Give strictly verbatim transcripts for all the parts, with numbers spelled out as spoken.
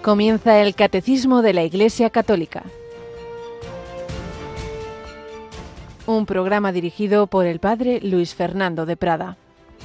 Comienza el Catecismo de la Iglesia Católica, un programa dirigido por el Padre Luis Fernando de Prada.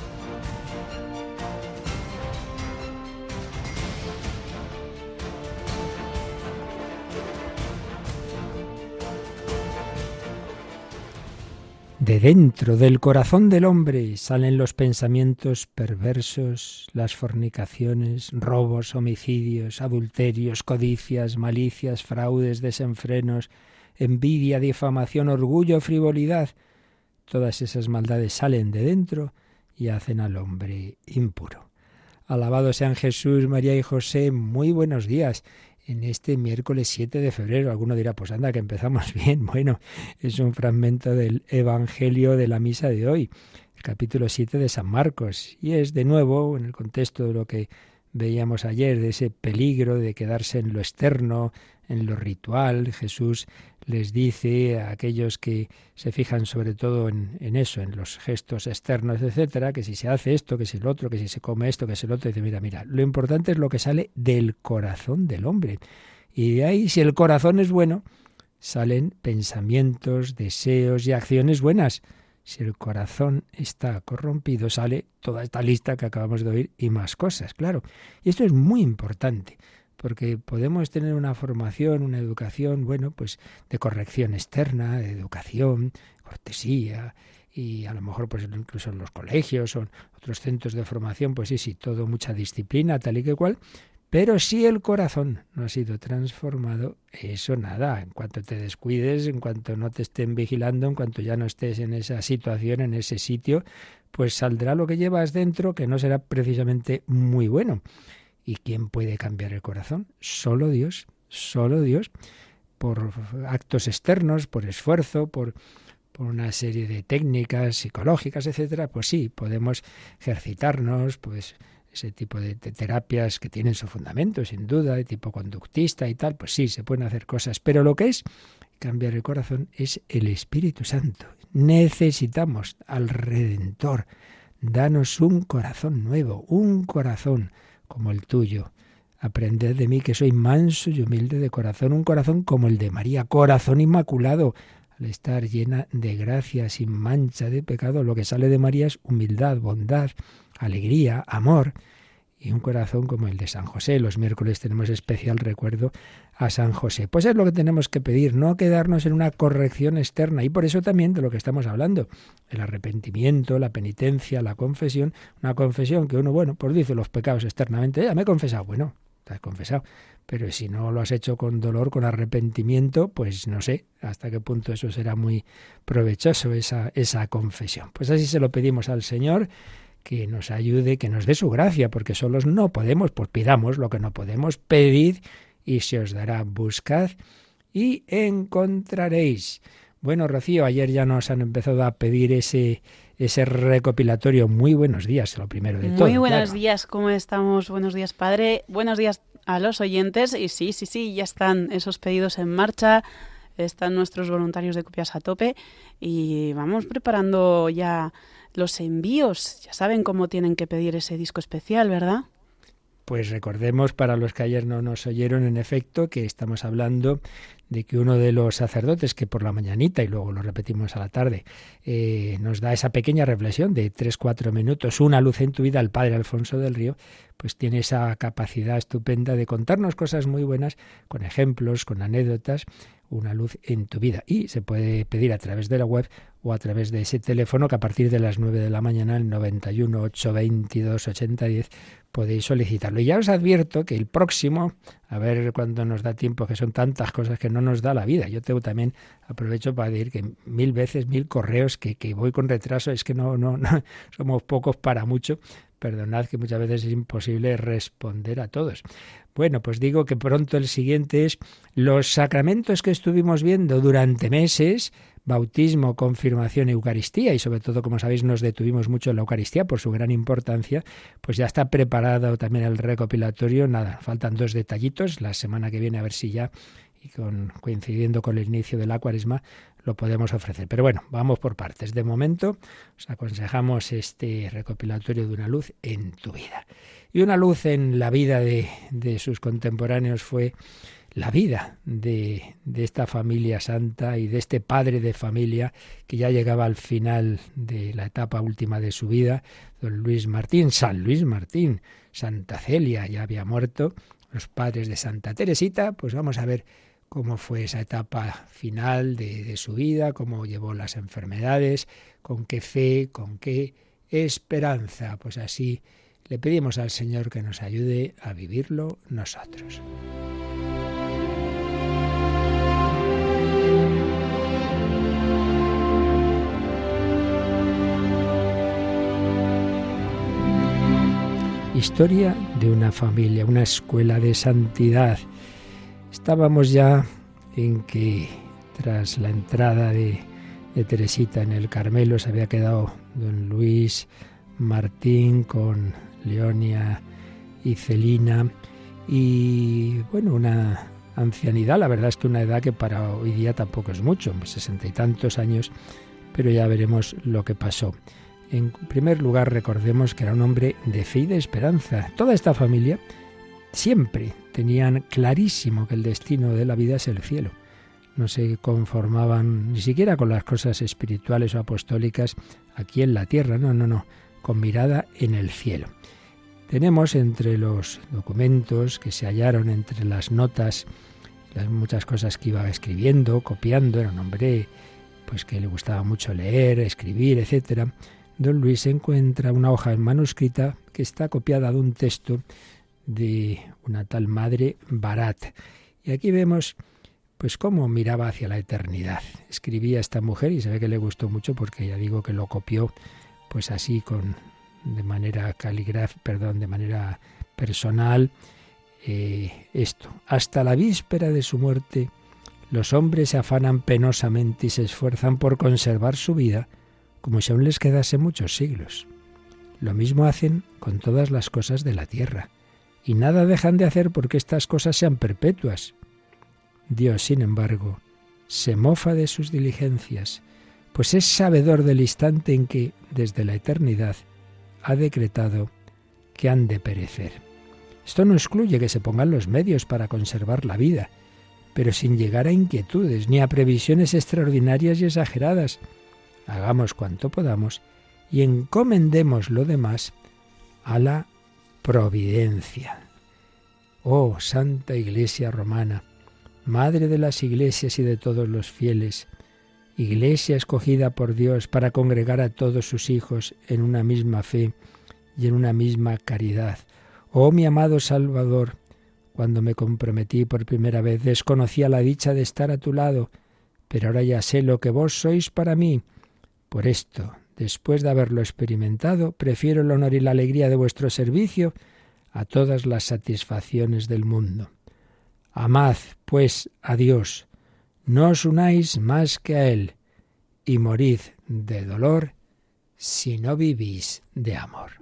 De dentro del corazón del hombre salen los pensamientos perversos, las fornicaciones, robos, homicidios, adulterios, codicias, malicias, fraudes, desenfrenos, envidia, difamación, orgullo, frivolidad. Todas esas maldades salen de dentro y hacen al hombre impuro. Alabados sean Jesús, María y José. Muy buenos días. En este miércoles siete de febrero, alguno dirá, pues anda, que empezamos bien. Bueno, es un fragmento del Evangelio de la misa de hoy, el capítulo siete de San Marcos. Y es de nuevo, en el contexto de lo que veíamos ayer, de ese peligro de quedarse en lo externo, en lo ritual. Jesús les dice a aquellos que se fijan sobre todo en, en eso, en los gestos externos, etcétera, que si se hace esto, que si lo otro, que si se come esto, que si lo otro, dice, mira, mira, lo importante es lo que sale del corazón del hombre. Y de ahí, si el corazón es bueno, salen pensamientos, deseos y acciones buenas. Si el corazón está corrompido, sale toda esta lista que acabamos de oír y más cosas, claro. Y esto es muy importante, porque podemos tener una formación, una educación, bueno, pues de corrección externa, de educación, cortesía, y a lo mejor pues incluso en los colegios o en otros centros de formación, pues sí, sí, todo mucha disciplina, tal y que cual, pero si el corazón no ha sido transformado, eso nada, en cuanto te descuides, en cuanto no te estén vigilando, en cuanto ya no estés en esa situación, en ese sitio, pues saldrá lo que llevas dentro, que no será precisamente muy bueno. ¿Y quién puede cambiar el corazón? Solo Dios, solo Dios, por actos externos, por esfuerzo, por, por una serie de técnicas psicológicas, etcétera. Pues sí, podemos ejercitarnos, pues ese tipo de, de terapias que tienen su fundamento, sin duda, de tipo conductista y tal, pues sí, se pueden hacer cosas. Pero lo que es cambiar el corazón es el Espíritu Santo. Necesitamos al Redentor. Danos un corazón nuevo, un corazón como el tuyo. Aprended de mí que soy manso y humilde de corazón, un corazón como el de María, corazón inmaculado. Al estar llena de gracia, sin mancha de pecado, lo que sale de María es humildad, bondad, alegría, amor. Y un corazón como el de San José. Los miércoles tenemos especial recuerdo a San José. Pues es lo que tenemos que pedir, no quedarnos en una corrección externa. Y por eso también de lo que estamos hablando, el arrepentimiento, la penitencia, la confesión. Una confesión que uno, bueno, pues dice los pecados externamente. Ya me he confesado. Bueno, te has confesado. Pero si no lo has hecho con dolor, con arrepentimiento, pues no sé hasta qué punto eso será muy provechoso, esa, esa confesión. Pues así se lo pedimos al Señor, que nos ayude, que nos dé su gracia, porque solos no podemos, pues pidamos lo que no podemos, pedid y se os dará, buscad y encontraréis. Bueno, Rocío, ayer ya nos han empezado a pedir ese, ese recopilatorio. Muy buenos días, lo primero de todo. Muy buenos claro. días, ¿cómo estamos? Buenos días, Padre. Buenos días a los oyentes. Y sí, sí, sí, ya están esos pedidos en marcha, están nuestros voluntarios de copias a tope y vamos preparando ya los envíos. Ya saben cómo tienen que pedir ese disco especial, ¿verdad? Pues recordemos, para los que ayer no nos oyeron, en efecto, que estamos hablando de que uno de los sacerdotes que por la mañanita, y luego lo repetimos a la tarde, eh, nos da esa pequeña reflexión de tres, cuatro minutos, una luz en tu vida, el padre Alfonso del Río, pues tiene esa capacidad estupenda de contarnos cosas muy buenas, con ejemplos, con anécdotas, una luz en tu vida. Y se puede pedir a través de la web o a través de ese teléfono que a partir de las nueve de la mañana, el noventa y uno, ochocientos veintidós, ochenta diez, podéis solicitarlo. Y ya os advierto que el próximo, a ver cuándo nos da tiempo, que son tantas cosas que no nos da la vida. Yo tengo también, aprovecho para decir que mil veces, mil correos que, que voy con retraso, es que no, no, no, somos pocos para mucho. Perdonad que muchas veces es imposible responder a todos. Bueno, pues digo que pronto el siguiente es los sacramentos que estuvimos viendo durante meses, bautismo, confirmación, Eucaristía, y sobre todo, como sabéis, nos detuvimos mucho en la Eucaristía por su gran importancia, pues ya está preparado también el recopilatorio. Nada, faltan dos detallitos, la semana que viene a ver si ya, y con, coincidiendo con el inicio de la Cuaresma, lo podemos ofrecer. Pero bueno, vamos por partes. De momento os aconsejamos este recopilatorio de Una luz en tu vida. Y una luz en la vida de, de sus contemporáneos fue la vida de, de esta familia santa y de este padre de familia que ya llegaba al final de la etapa última de su vida, don Luis Martín, San Luis Martín. Santa Celia ya había muerto, los padres de Santa Teresita. Pues vamos a ver cómo fue esa etapa final de, de su vida, cómo llevó las enfermedades, con qué fe, con qué esperanza. Pues así le pedimos al Señor que nos ayude a vivirlo nosotros. Historia de una familia, una escuela de santidad. Estábamos ya en que tras la entrada de, de Teresita en el Carmelo se había quedado don Luis Martín con Leonia y Celina, y bueno, una ancianidad, la verdad es que una edad que para hoy día tampoco es mucho, sesenta y tantos años, pero ya veremos lo que pasó. En primer lugar, recordemos que era un hombre de fe y de esperanza. Toda esta familia siempre tenían clarísimo que el destino de la vida es el cielo. No se conformaban ni siquiera con las cosas espirituales o apostólicas aquí en la tierra, no, no, no, con mirada en el cielo. Tenemos entre los documentos que se hallaron, entre las notas, las muchas cosas que iba escribiendo, copiando, era un hombre pues que le gustaba mucho leer, escribir, etcétera. Don Luis encuentra una hoja manuscrita que está copiada de un texto de una tal madre Barat. Y aquí vemos pues cómo miraba hacia la eternidad. Escribía esta mujer y se ve que le gustó mucho porque ya digo que lo copió pues así con de manera caligráfica, perdón, de manera personal. Eh, esto, hasta la víspera de su muerte, los hombres se afanan penosamente y se esfuerzan por conservar su vida como si aún les quedase muchos siglos. Lo mismo hacen con todas las cosas de la tierra, y nada dejan de hacer porque estas cosas sean perpetuas. Dios, sin embargo, se mofa de sus diligencias, pues es sabedor del instante en que, desde la eternidad, ha decretado que han de perecer. Esto no excluye que se pongan los medios para conservar la vida, pero sin llegar a inquietudes ni a previsiones extraordinarias y exageradas. Hagamos cuanto podamos y encomendemos lo demás a la providencia. Oh, Santa Iglesia Romana, Madre de las iglesias y de todos los fieles, Iglesia escogida por Dios para congregar a todos sus hijos en una misma fe y en una misma caridad. Oh, mi amado Salvador, cuando me comprometí por primera vez desconocía la dicha de estar a tu lado, pero ahora ya sé lo que vos sois para mí. Por esto, después de haberlo experimentado, prefiero el honor y la alegría de vuestro servicio a todas las satisfacciones del mundo. Amad, pues, a Dios, no os unáis más que a Él, y morid de dolor si no vivís de amor.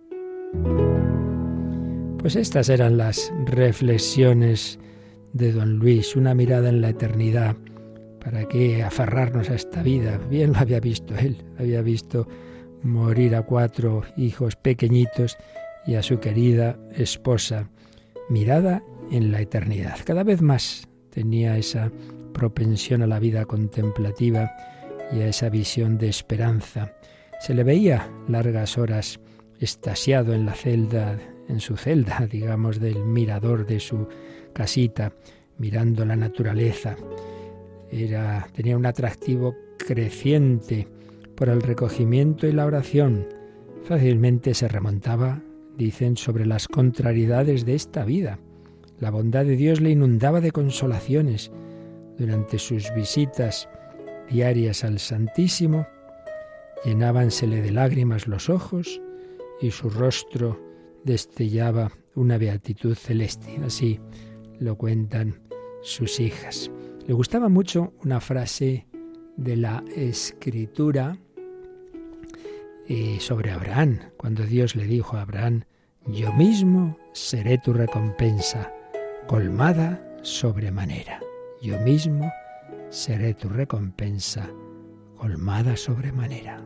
Pues estas eran las reflexiones de don Luis, una mirada en la eternidad. ¿Para qué aferrarnos a esta vida? Bien lo había visto él, había visto morir a cuatro hijos pequeñitos y a su querida esposa. Mirada en la eternidad. Cada vez más tenía esa propensión a la vida contemplativa y a esa visión de esperanza. Se le veía largas horas extasiado en la celda, en su celda, digamos, del mirador de su casita, mirando la naturaleza. Era, tenía un atractivo creciente por el recogimiento y la oración. Fácilmente se remontaba, dicen, sobre las contrariedades de esta vida. La bondad de Dios le inundaba de consolaciones. Durante sus visitas diarias al Santísimo, llenábansele de lágrimas los ojos y su rostro destellaba una beatitud celeste. Así lo cuentan sus hijas. Le gustaba mucho una frase de la Escritura eh, sobre Abraham, cuando Dios le dijo a Abraham: yo mismo seré tu recompensa, colmada sobremanera. Yo mismo seré tu recompensa, colmada sobremanera.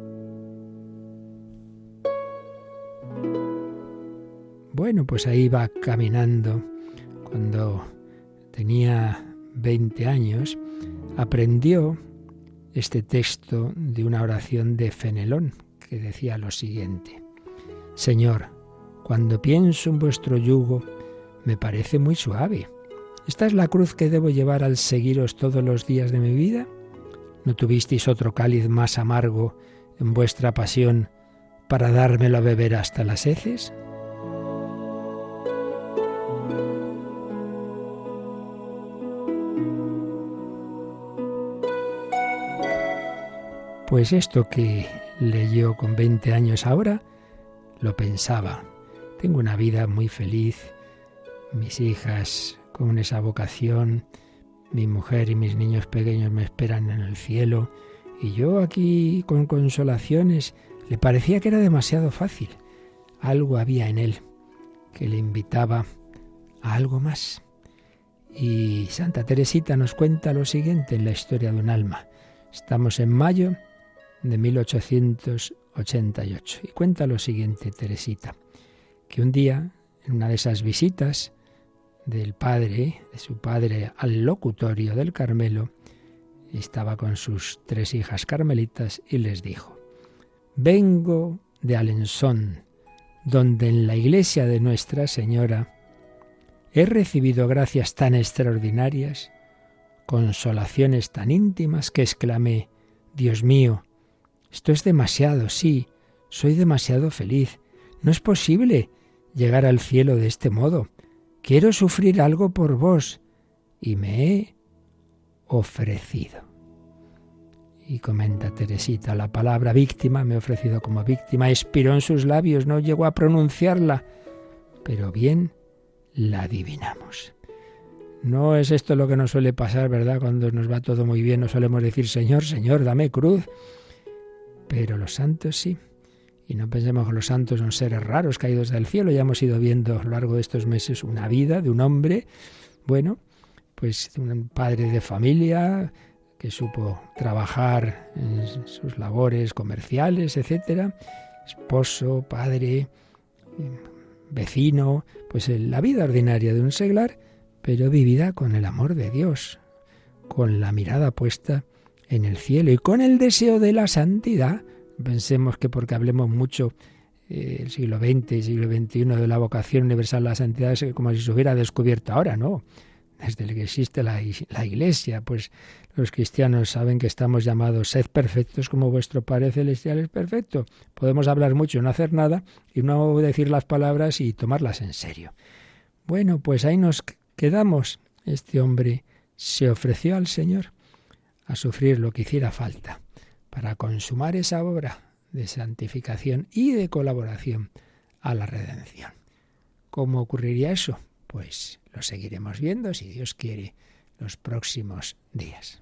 Bueno, pues ahí va caminando. Cuando tenía veinte años, aprendió este texto de una oración de Fenelón, que decía lo siguiente: Señor, cuando pienso en vuestro yugo, me parece muy suave. ¿Esta es la cruz que debo llevar al seguiros todos los días de mi vida? ¿No tuvisteis otro cáliz más amargo en vuestra pasión para dármelo a beber hasta las heces? Pues esto que leyó con veinte años ahora, lo pensaba. Tengo una vida muy feliz, mis hijas con esa vocación, mi mujer y mis niños pequeños me esperan en el cielo, y yo aquí con consolaciones. Le parecía que era demasiado fácil. Algo había en él que le invitaba a algo más. Y Santa Teresita nos cuenta lo siguiente en la historia de un alma. Estamos en mayo de mil ochocientos ochenta y ocho. Y cuenta lo siguiente Teresita, que un día, en una de esas visitas del padre, de su padre al locutorio del Carmelo, estaba con sus tres hijas carmelitas y les dijo: vengo de Alençon, donde en la iglesia de Nuestra Señora he recibido gracias tan extraordinarias, consolaciones tan íntimas, que exclamé: Dios mío, esto es demasiado, sí, soy demasiado feliz. No es posible llegar al cielo de este modo. Quiero sufrir algo por vos y me he ofrecido. Y comenta Teresita, la palabra víctima, me he ofrecido como víctima, expiró en sus labios, no llegó a pronunciarla, pero bien la adivinamos. No es esto lo que nos suele pasar, ¿verdad? Cuando nos va todo muy bien, no solemos decir: Señor, Señor, dame cruz. Pero los santos sí. Y no pensemos que los santos son seres raros caídos del cielo. Ya hemos ido viendo a lo largo de estos meses una vida de un hombre, bueno, pues un padre de familia que supo trabajar en sus labores comerciales, etcétera, esposo, padre, vecino, pues en la vida ordinaria de un seglar, pero vivida con el amor de Dios, con la mirada puesta en el cielo y con el deseo de la santidad. Pensemos que porque hablemos mucho eh, el siglo veinte y siglo veintiuno de la vocación universal a la santidad es como si se hubiera descubierto ahora, ¿no? Desde que existe la, la Iglesia, pues los cristianos saben que estamos llamados: sed perfectos como vuestro Padre Celestial es perfecto. Podemos hablar mucho, no hacer nada, y no decir las palabras y tomarlas en serio. Bueno, pues ahí nos quedamos. Este hombre se ofreció al Señor a sufrir lo que hiciera falta para consumar esa obra de santificación y de colaboración a la redención. ¿Cómo ocurriría eso? Pues lo seguiremos viendo, si Dios quiere, los próximos días.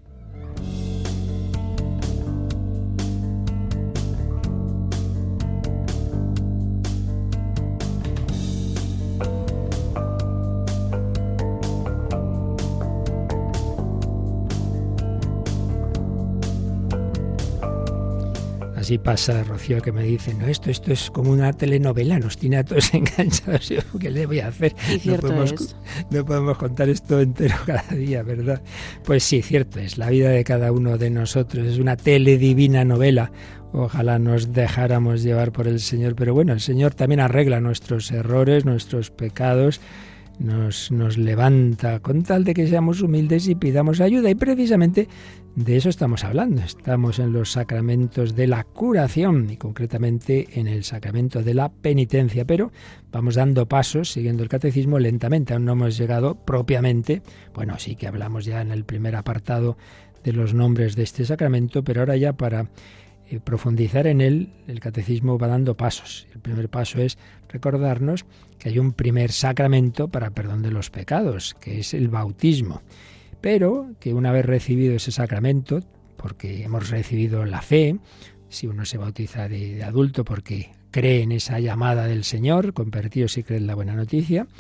Así pasa, Rocío, que me dice: no, esto, esto es como una telenovela, nos tiene a todos enganchados. ¿Qué le voy a hacer? Y cierto no podemos, es. no podemos contar esto entero cada día, ¿verdad? Pues sí, cierto es. La vida de cada uno de nosotros es una teledivina novela. Ojalá nos dejáramos llevar por el Señor. Pero bueno, el Señor también arregla nuestros errores, nuestros pecados. Nos, nos levanta con tal de que seamos humildes y pidamos ayuda. Y precisamente de eso estamos hablando. Estamos en los sacramentos de la curación y concretamente en el sacramento de la penitencia. Pero vamos dando pasos, siguiendo el catecismo lentamente. Aún no hemos llegado propiamente. Bueno, sí que hablamos ya en el primer apartado de los nombres de este sacramento, pero ahora ya para eh, profundizar en él, el catecismo va dando pasos. El primer paso es recordarnos que hay un primer sacramento para perdón de los pecados, que es el bautismo, pero que una vez recibido ese sacramento, porque hemos recibido la fe, si uno se bautiza de, de adulto porque cree en esa llamada del Señor, convertidos y creen la buena noticia,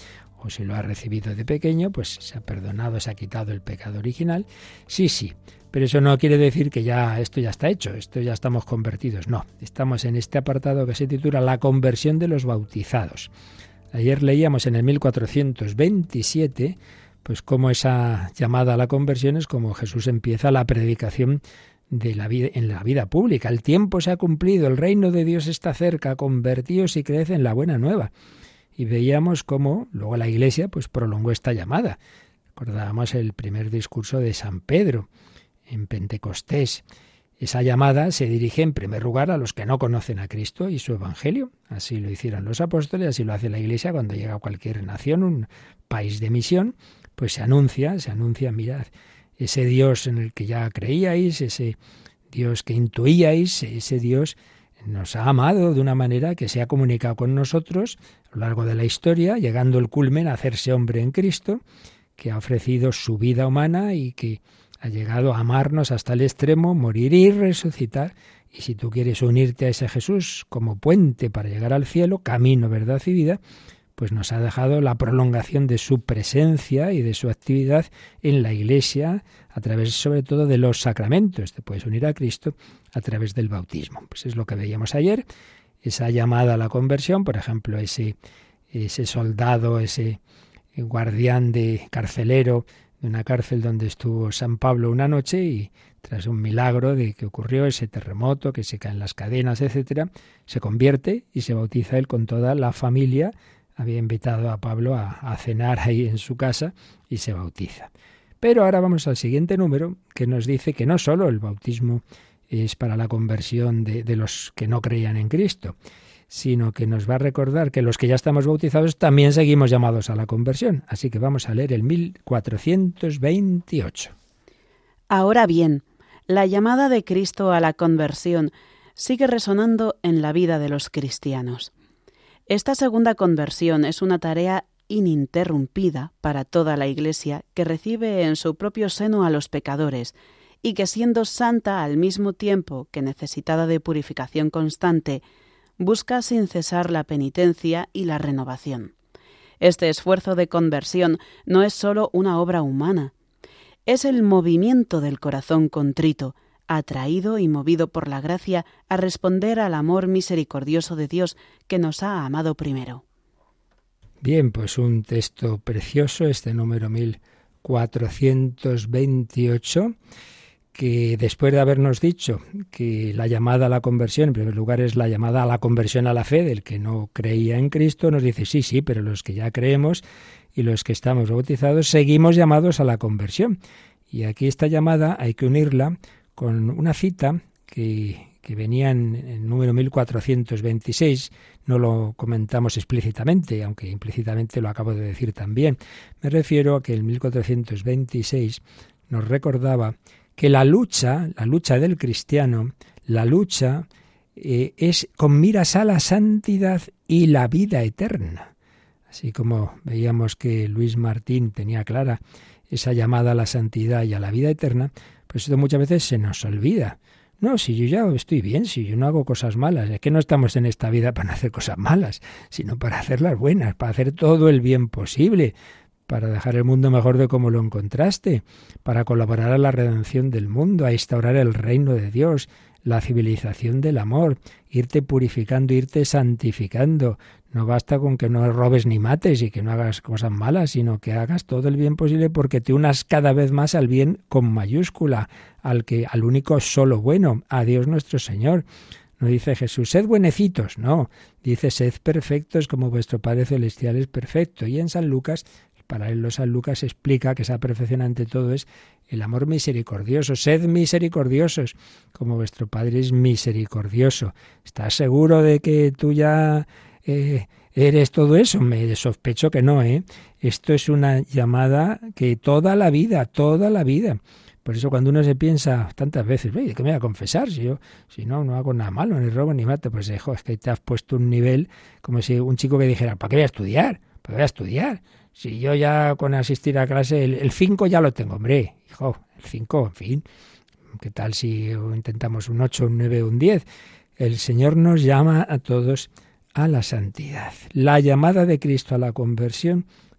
o si lo ha recibido de pequeño, pues se ha perdonado, se ha quitado el pecado original. Sí, sí, pero eso no quiere decir que ya esto ya está hecho, esto ya estamos convertidos. No, estamos en este apartado que se titula La conversión de los bautizados. Ayer leíamos en el mil cuatrocientos veintisiete, pues cómo esa llamada a la conversión es como Jesús empieza la predicación de la vida, en la vida pública. El tiempo se ha cumplido, el reino de Dios está cerca, convertíos y creed en la buena nueva. Y veíamos cómo luego la Iglesia pues prolongó esta llamada. Recordábamos el primer discurso de San Pedro en Pentecostés. Esa llamada se dirige en primer lugar a los que no conocen a Cristo y su Evangelio. Así lo hicieron los apóstoles, así lo hace la Iglesia cuando llega a cualquier nación, un país de misión, pues se anuncia, se anuncia, mirad, ese Dios en el que ya creíais, ese Dios que intuíais, ese Dios nos ha amado de una manera que se ha comunicado con nosotros a lo largo de la historia, llegando el culmen a hacerse hombre en Cristo, que ha ofrecido su vida humana y que ha llegado a amarnos hasta el extremo, morir y resucitar. Y si tú quieres unirte a ese Jesús como puente para llegar al cielo, camino, verdad y vida, pues nos ha dejado la prolongación de su presencia y de su actividad en la Iglesia, a través sobre todo de los sacramentos. Te puedes unir a Cristo a través del bautismo. Pues es lo que veíamos ayer, esa llamada a la conversión, por ejemplo, ese, ese soldado, ese guardián de carcelero de una cárcel donde estuvo San Pablo una noche y tras un milagro de que ocurrió ese terremoto, que se caen las cadenas, etcétera, se convierte y se bautiza él con toda la familia. Había invitado a Pablo a, a cenar ahí en su casa y se bautiza. Pero ahora vamos al siguiente número, que nos dice que no solo el bautismo es para la conversión de, de los que no creían en Cristo, sino que nos va a recordar que los que ya estamos bautizados también seguimos llamados a la conversión. Así que vamos a leer el mil cuatrocientos veintiocho. Ahora bien, la llamada de Cristo a la conversión sigue resonando en la vida de los cristianos. Esta segunda conversión es una tarea ininterrumpida para toda la Iglesia que recibe en su propio seno a los pecadores y que, siendo santa al mismo tiempo que necesitada de purificación constante, busca sin cesar la penitencia y la renovación. Este esfuerzo de conversión no es sólo una obra humana, es el movimiento del corazón contrito, atraído y movido por la gracia a responder al amor misericordioso de Dios que nos ha amado primero. Bien, pues un texto precioso, este número mil cuatrocientos veintiocho, que después de habernos dicho que la llamada a la conversión, en primer lugar, es la llamada a la conversión a la fe del que no creía en Cristo, nos dice, sí, sí, pero los que ya creemos y los que estamos bautizados seguimos llamados a la conversión. Y aquí esta llamada hay que unirla con una cita que, que venía en el número mil cuatrocientos veintiséis, no lo comentamos explícitamente, aunque implícitamente lo acabo de decir también. Me refiero a que el mil cuatrocientos veintiséis nos recordaba que la lucha, la lucha del cristiano, la lucha eh, es con miras a la santidad y la vida eterna. Así como veíamos que Luis Martín tenía clara esa llamada a la santidad y a la vida eterna, pues esto muchas veces se nos olvida. No, si yo ya estoy bien, si yo no hago cosas malas, es que no estamos en esta vida para hacer cosas malas, sino para hacerlas buenas, para hacer todo el bien posible, para dejar el mundo mejor de como lo encontraste, para colaborar a la redención del mundo, a instaurar el reino de Dios, la civilización del amor, irte purificando, irte santificando. No basta con que no robes ni mates y que no hagas cosas malas, sino que hagas todo el bien posible porque te unas cada vez más al bien con mayúscula, al que, al único solo bueno, a Dios nuestro Señor. No dice Jesús, sed buenecitos, no, dice sed perfectos como vuestro Padre Celestial es perfecto. Y en San Lucas, el paralelo San Lucas explica que esa perfección ante todo es el amor misericordioso. Sed misericordiosos como vuestro Padre es misericordioso. ¿Estás seguro de que tú ya eh, eres todo eso? Me sospecho que no, ¿eh? Esto es una llamada que toda la vida, toda la vida. Por eso cuando uno se piensa tantas veces, ¿de qué me voy a confesar? Si yo, si no, no hago nada malo, ni robo ni mato, pues hijo, es que te has puesto un nivel como si un chico que dijera, ¿para qué voy a estudiar? ¿Para qué voy a estudiar? Si yo ya con asistir a clase, el cinco ya lo tengo, hombre, hijo, el cinco, en fin, ¿qué tal si intentamos un ocho, un nueve, un diez? El Señor nos llama a todos a la santidad. La llamada de Cristo a la conversión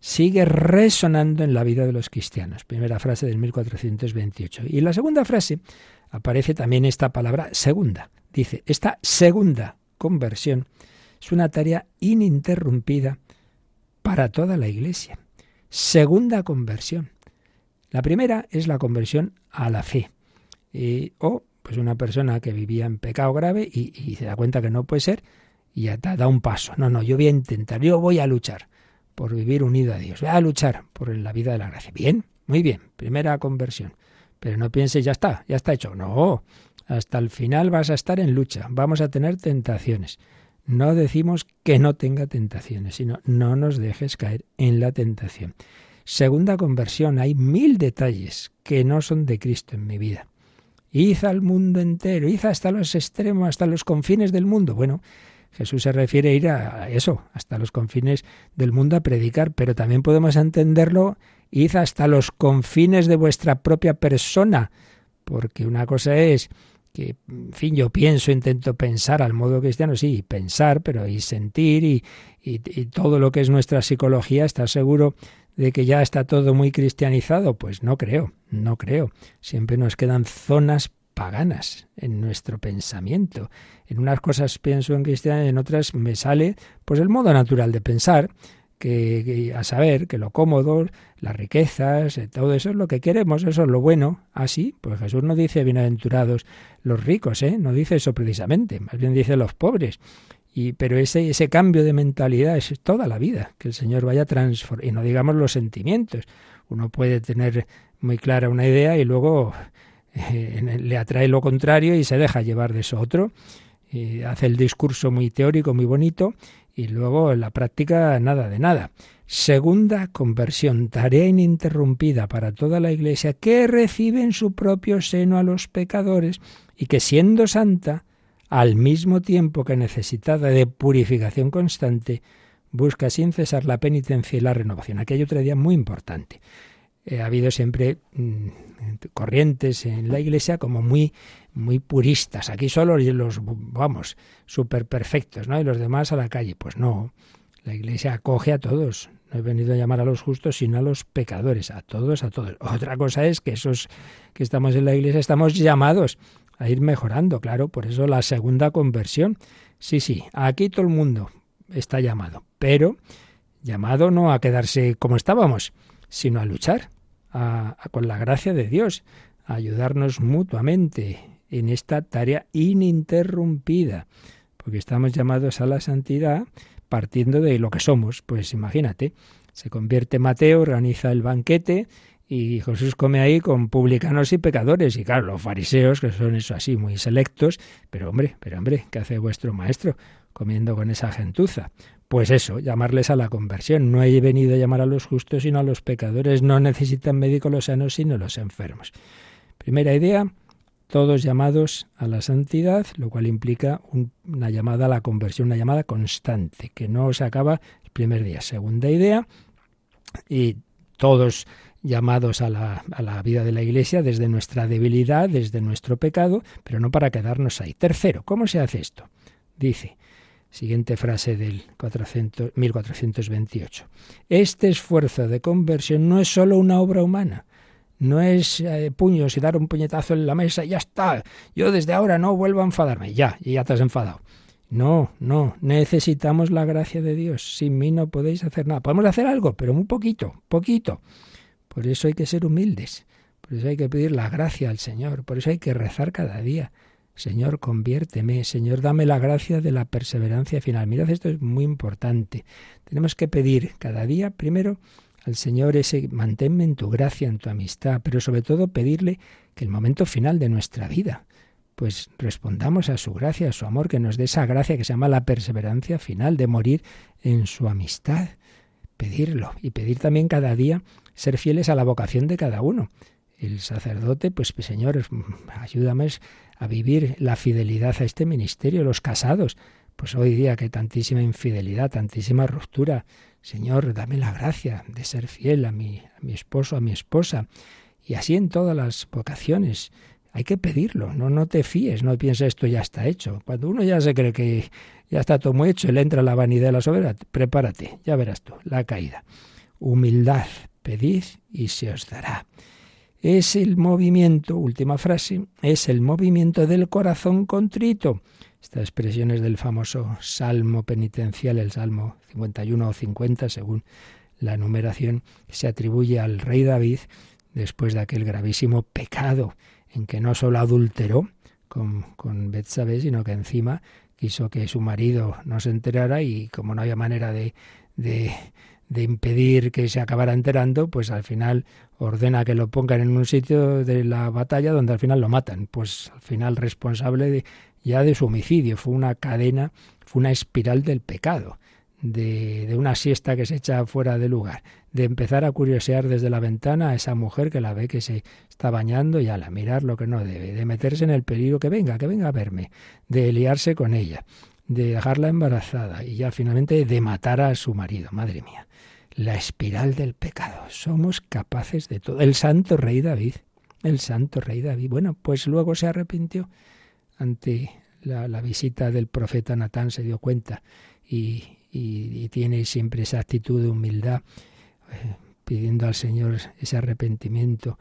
sigue resonando en la vida de los cristianos. Primera frase del mil cuatrocientos veintiocho. Y en la segunda frase aparece también esta palabra segunda. Dice, esta segunda conversión es una tarea ininterrumpida para toda la Iglesia. Segunda conversión. La primera es la conversión a la fe. Eh, o pues una persona que vivía en pecado grave y, y se da cuenta que no puede ser y ya da, da un paso. No, no, yo voy a intentar, yo voy a luchar por vivir unido a Dios. Voy a luchar por la vida de la gracia. Bien, muy bien, primera conversión. Pero no pienses, ya está, ya está hecho. No, hasta el final vas a estar en lucha, vamos a tener tentaciones. No decimos que no tenga tentaciones, sino no nos dejes caer en la tentación. Segunda conversión, hay mil detalles que no son de Cristo en mi vida. Id al mundo entero, id hasta los extremos, hasta los confines del mundo. Bueno, Jesús se refiere a ir a eso, hasta los confines del mundo a predicar, pero también podemos entenderlo, id hasta los confines de vuestra propia persona, porque una cosa es que, en fin, yo pienso, intento pensar al modo cristiano, sí, pensar, pero y sentir y, y, y todo lo que es nuestra psicología, ¿estás seguro de que ya está todo muy cristianizado? Pues no creo, no creo. Siempre nos quedan zonas paganas en nuestro pensamiento. En unas cosas pienso en cristiano, en otras me sale pues el modo natural de pensar, que, que a saber que lo cómodo, las riquezas, todo eso es lo que queremos, eso es lo bueno. Ah, sí, pues Jesús no dice bienaventurados los ricos, ¿eh? No dice eso precisamente, más bien dice los pobres. Y, pero ese, ese cambio de mentalidad es toda la vida, que el Señor vaya transformando, y no digamos los sentimientos. Uno puede tener muy clara una idea y luego eh, le atrae lo contrario y se deja llevar de eso otro. Y hace el discurso muy teórico, muy bonito, y luego en la práctica nada de nada. Segunda conversión, tarea ininterrumpida para toda la Iglesia que recibe en su propio seno a los pecadores y que siendo santa, al mismo tiempo que necesitada de purificación constante, busca sin cesar la penitencia y la renovación. Aquí hay otra idea muy importante. Eh, ha habido siempre mmm, corrientes en la Iglesia como muy, muy puristas. Aquí solo los, vamos, súper perfectos, ¿no? Y los demás a la calle. Pues no, la Iglesia acoge a todos. No he venido a llamar a los justos, sino a los pecadores, a todos, a todos. Otra cosa es que esos que estamos en la Iglesia estamos llamados a ir mejorando, claro, por eso la segunda conversión. Sí, sí, aquí todo el mundo está llamado, pero llamado no a quedarse como estábamos, sino a luchar a, a, con la gracia de Dios, a ayudarnos mutuamente en esta tarea ininterrumpida, porque estamos llamados a la santidad partiendo de lo que somos. Pues imagínate, se convierte Mateo, organiza el banquete, y Jesús come ahí con publicanos y pecadores. Y claro, los fariseos, que son eso así, muy selectos, pero hombre, pero hombre, ¿qué hace vuestro maestro comiendo con esa gentuza? Pues eso, llamarles a la conversión. No he venido a llamar a los justos, sino a los pecadores. No necesitan médicos los sanos, sino los enfermos. Primera idea, todos llamados a la santidad, lo cual implica un, una llamada a la conversión, una llamada constante, que no se acaba el primer día. Segunda idea, y todos llamados a la, a la vida de la Iglesia desde nuestra debilidad, desde nuestro pecado, pero no para quedarnos ahí. Tercero, ¿cómo se hace esto? Dice, siguiente frase del mil cuatrocientos veintiocho. Este esfuerzo de conversión no es solo una obra humana, no es eh, puños y dar un puñetazo en la mesa y ya está, yo desde ahora no vuelvo a enfadarme, ya, y ya te has enfadado. No, no, necesitamos la gracia de Dios, sin mí no podéis hacer nada. Podemos hacer algo, pero muy poquito, poquito. Por eso hay que ser humildes, por eso hay que pedir la gracia al Señor, por eso hay que rezar cada día. Señor, conviérteme, Señor, dame la gracia de la perseverancia final. Mirad, esto es muy importante. Tenemos que pedir cada día, primero, al Señor ese, manténme en tu gracia, en tu amistad, pero sobre todo pedirle que el momento final de nuestra vida, pues respondamos a su gracia, a su amor, que nos dé esa gracia que se llama la perseverancia final, de morir en su amistad. Pedirlo y pedir también cada día ser fieles a la vocación de cada uno. El sacerdote, pues Señor, ayúdame a vivir la fidelidad a este ministerio. Los casados, pues hoy día que tantísima infidelidad, tantísima ruptura. Señor, dame la gracia de ser fiel a mi, a mi esposo, a mi esposa. Y así en todas las vocaciones. Hay que pedirlo, no, no te fíes, no pienses esto ya está hecho. Cuando uno ya se cree que ya está todo muy hecho, le entra la vanidad de la soberbia, prepárate, ya verás tú, la caída. humildad, pedid y se os dará. Es el movimiento, última frase, es el movimiento del corazón contrito. Esta expresión es del famoso Salmo penitencial, el Salmo cincuenta y uno o cincuenta, según la numeración, que se atribuye al rey David después de aquel gravísimo pecado en que no solo adulteró con, con Betsabé, sino que encima quiso que su marido no se enterara, y como no había manera de, de, de impedir que se acabara enterando, pues al final ordena que lo pongan en un sitio de la batalla donde al final lo matan. Pues al final responsable de, ya de su homicidio. Fue una cadena, fue una espiral del pecado, de, de una siesta que se echa fuera de lugar, de empezar a curiosear desde la ventana a esa mujer que la ve que se está bañando y a la mirar lo que no debe, de meterse en el peligro, que venga, que venga a verme, de liarse con ella, de dejarla embarazada y ya finalmente de matar a su marido. Madre mía, la espiral del pecado. Somos capaces de todo. El santo rey David, el santo rey David, bueno, pues luego se arrepintió ante la, la visita del profeta Natán, se dio cuenta y, y, y tiene siempre esa actitud de humildad, eh, pidiendo al Señor ese arrepentimiento,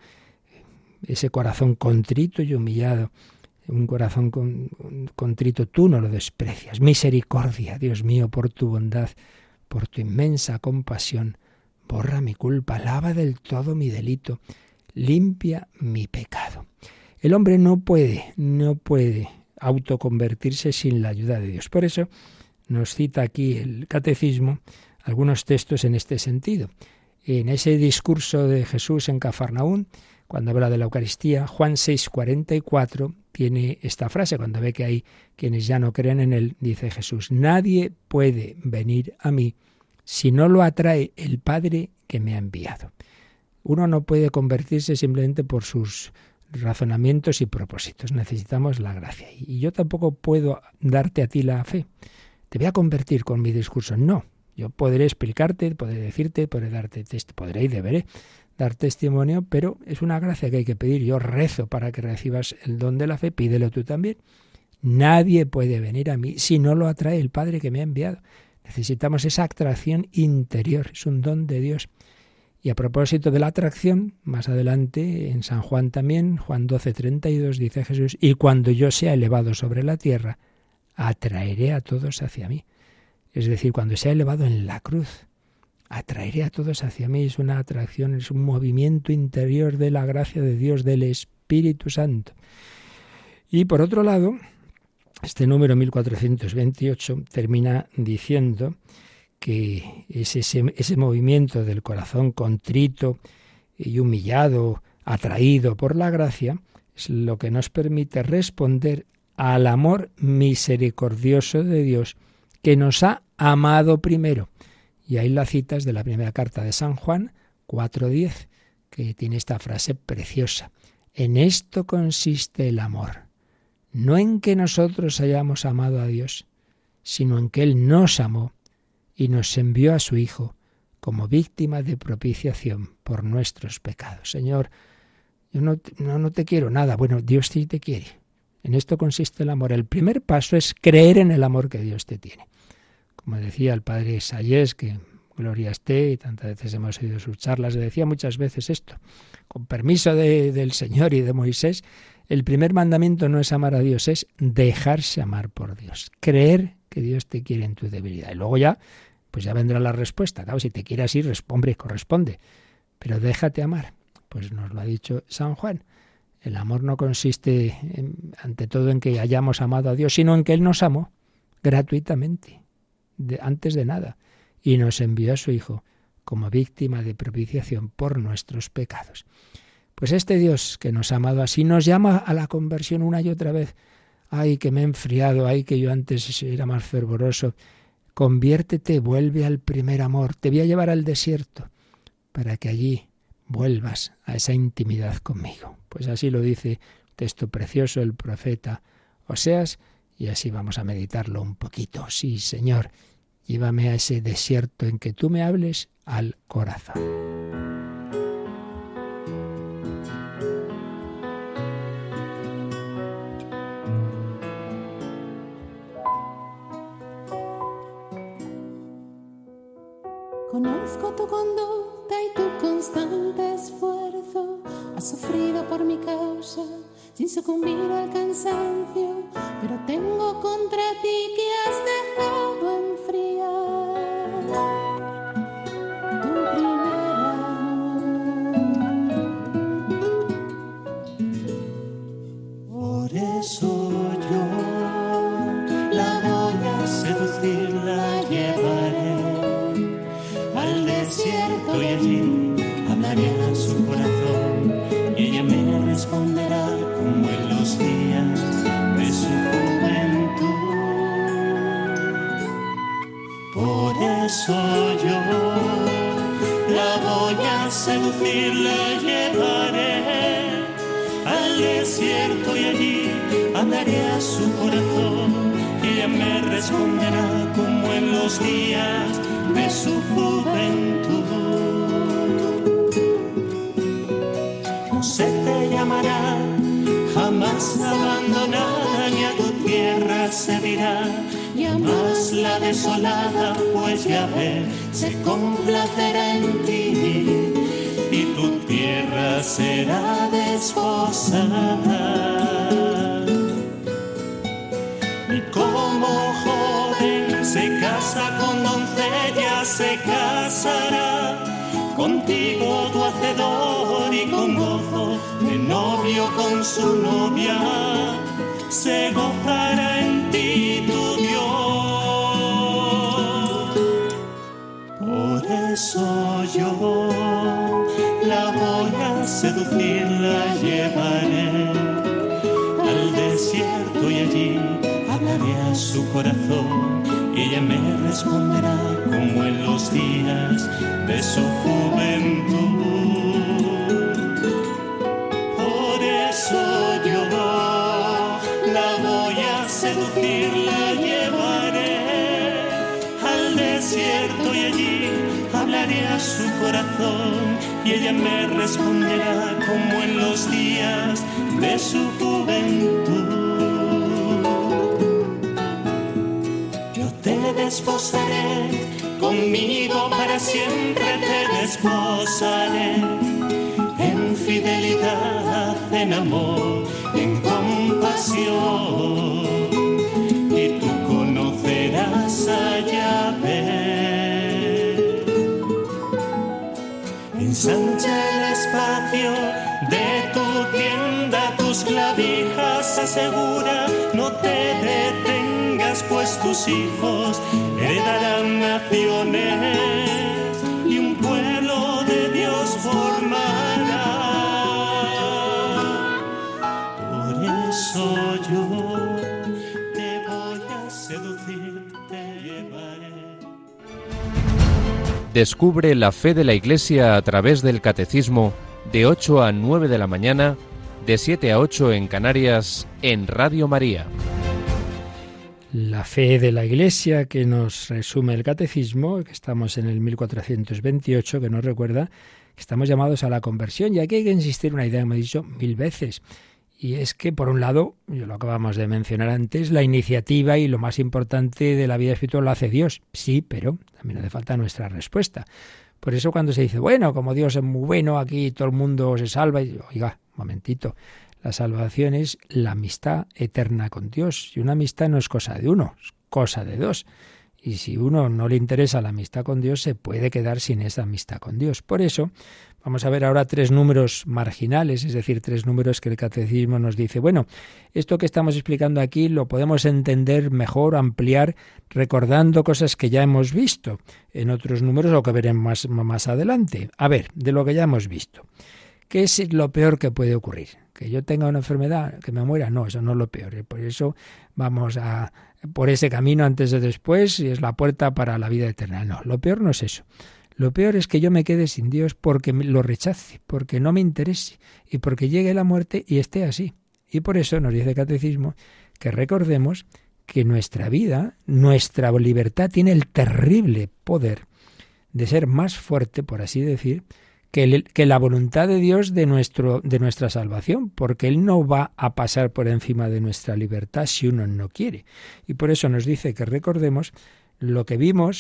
ese corazón contrito y humillado. Un corazón con, contrito tú no lo desprecias. Misericordia, Dios mío, por tu bondad, por tu inmensa compasión, borra mi culpa, lava del todo mi delito, limpia mi pecado. El hombre no puede, no puede autoconvertirse sin la ayuda de Dios. Por eso nos cita aquí el Catecismo algunos textos en este sentido. En ese discurso de Jesús en Cafarnaún, cuando habla de la Eucaristía, Juan seis cuarenta y cuatro tiene esta frase, cuando ve que hay quienes ya no creen en él, dice Jesús: nadie puede venir a mí si no lo atrae el Padre que me ha enviado. Uno no puede convertirse simplemente por sus razonamientos y propósitos. Necesitamos la gracia. Y yo tampoco puedo darte a ti la fe. Te voy a convertir con mi discurso. No. Yo podré explicarte, podré decirte, podré darte test, podré y deberé dar testimonio, pero es una gracia que hay que pedir. Yo rezo para que recibas el don de la fe, pídelo tú también. Nadie puede venir a mí si no lo atrae el Padre que me ha enviado. Necesitamos esa atracción interior, es un don de Dios. Y a propósito de la atracción, más adelante en San Juan también, Juan doce treinta y dos, dice Jesús: y cuando yo sea elevado sobre la tierra, atraeré a todos hacia mí. Es decir, cuando sea elevado en la cruz, atraeré a todos hacia mí. Es una atracción, es un movimiento interior de la gracia de Dios, del Espíritu Santo. Y por otro lado, este número mil cuatrocientos veintiocho termina diciendo que es ese, ese movimiento del corazón contrito y humillado, atraído por la gracia, es lo que nos permite responder al amor misericordioso de Dios, que nos ha amado primero. Y ahí la citas de la primera carta de San Juan, cuatro diez, que tiene esta frase preciosa: en esto consiste el amor, no en que nosotros hayamos amado a Dios, sino en que Él nos amó y nos envió a su Hijo como víctima de propiciación por nuestros pecados. Señor, yo no, no, no te quiero nada. Bueno, Dios sí te quiere. En esto consiste el amor. El primer paso es creer en el amor que Dios te tiene. Como decía el padre Sayés, que gloria esté, y tantas veces hemos oído sus charlas, le decía muchas veces esto: con permiso de, del Señor y de Moisés, el primer mandamiento no es amar a Dios, es dejarse amar por Dios. Creer que Dios te quiere en tu debilidad. Y luego ya, pues ya vendrá la respuesta. Claro, si te quiere así, hombre, corresponde. Pero déjate amar. Pues nos lo ha dicho San Juan. El amor no consiste en, ante todo en que hayamos amado a Dios, sino en que Él nos amó gratuitamente, de, antes de nada, y nos envió a su Hijo como víctima de propiciación por nuestros pecados. Pues este Dios que nos ha amado así nos llama a la conversión una y otra vez. Ay, que me he enfriado, ay, que yo antes era más fervoroso. Conviértete, vuelve al primer amor. Te voy a llevar al desierto para que allí vuelvas a esa intimidad conmigo. Pues así lo dice un texto precioso el profeta Oseas, y así vamos a meditarlo un poquito. Sí, Señor, llévame a ese desierto en que tú me hables al corazón. Conozco tu conducta luta y tu constante esfuerzo. Has sufrido por mi causa sin sucumbir al cansancio, pero tengo contra ti que has dejado enfriar tu primer amor. Por eso yo la voy a seducir, la llevaré al desierto y allí hablaré a su corazón y ella me responderá como en los días de su juventud. Por eso yo la voy a seducir, la llevaré al desierto y allí hablaré a su corazón y ella me responderá como en los días de su juventud. No se te llamará jamás abandonada, ni a tu tierra se dirá jamás la desolada, pues Yahvé se complacerá en ti y tu tierra será desposada. Y como joven se casa con doncella, se casará contigo tu hacedor y con gozo de novio con su novia se gozará en ti tu Dios. Por eso yo la voy a seducir, la llevaré al desierto y allí hablaré a su corazón y ella me responderá como en los días de su juventud. Por eso yo la voy a seducir, la llevaré al desierto y allí hablaré a su corazón y ella me responderá como en los días de su juventud. Yo te desposaré, conmigo para siempre te desposaré, en fidelidad, en amor, en compasión, y tú conocerás a Yahvé. Ensancha el espacio de tu tienda, tus clavijas asegura, no te detengas, pues tus hijos heredarán naciones y un pueblo de Dios formará. Por eso yo te voy a seducir, te llevaré. Descubre la fe de la Iglesia a través del Catecismo de ocho a nueve de la mañana, de siete a ocho en Canarias, en Radio María. La fe de la Iglesia que nos resume el Catecismo, que estamos en el mil cuatrocientos veintiocho, que nos recuerda que estamos llamados a la conversión. Y aquí hay que insistir en una idea que me he dicho mil veces. Y es que, por un lado, yo lo acabamos de mencionar antes, la iniciativa y lo más importante de la vida espiritual lo hace Dios. Sí, pero también hace falta nuestra respuesta. Por eso cuando se dice, bueno, como Dios es muy bueno, aquí todo el mundo se salva, y oiga, un momentito, la salvación es la amistad eterna con Dios. Y una amistad no es cosa de uno, es cosa de dos. Y si uno no le interesa la amistad con Dios, se puede quedar sin esa amistad con Dios. Por eso, vamos a ver ahora tres números marginales, es decir, tres números que el Catecismo nos dice, bueno, esto que estamos explicando aquí lo podemos entender mejor, ampliar, recordando cosas que ya hemos visto en otros números o que veremos más, más adelante. A ver, de lo que ya hemos visto. ¿Qué es lo peor que puede ocurrir? ¿Que yo tenga una enfermedad, que me muera? No, eso no es lo peor. Por eso vamos a por ese camino antes de después y es la puerta para la vida eterna. No, lo peor no es eso. Lo peor es que yo me quede sin Dios porque lo rechace, porque no me interese y porque llegue la muerte y esté así. Y por eso nos dice el Catecismo que recordemos que nuestra vida, nuestra libertad tiene el terrible poder de ser más fuerte, por así decir, que, el, que la voluntad de Dios de, nuestro, de nuestra salvación, porque Él no va a pasar por encima de nuestra libertad si uno no quiere. Y por eso nos dice que recordemos lo que vimos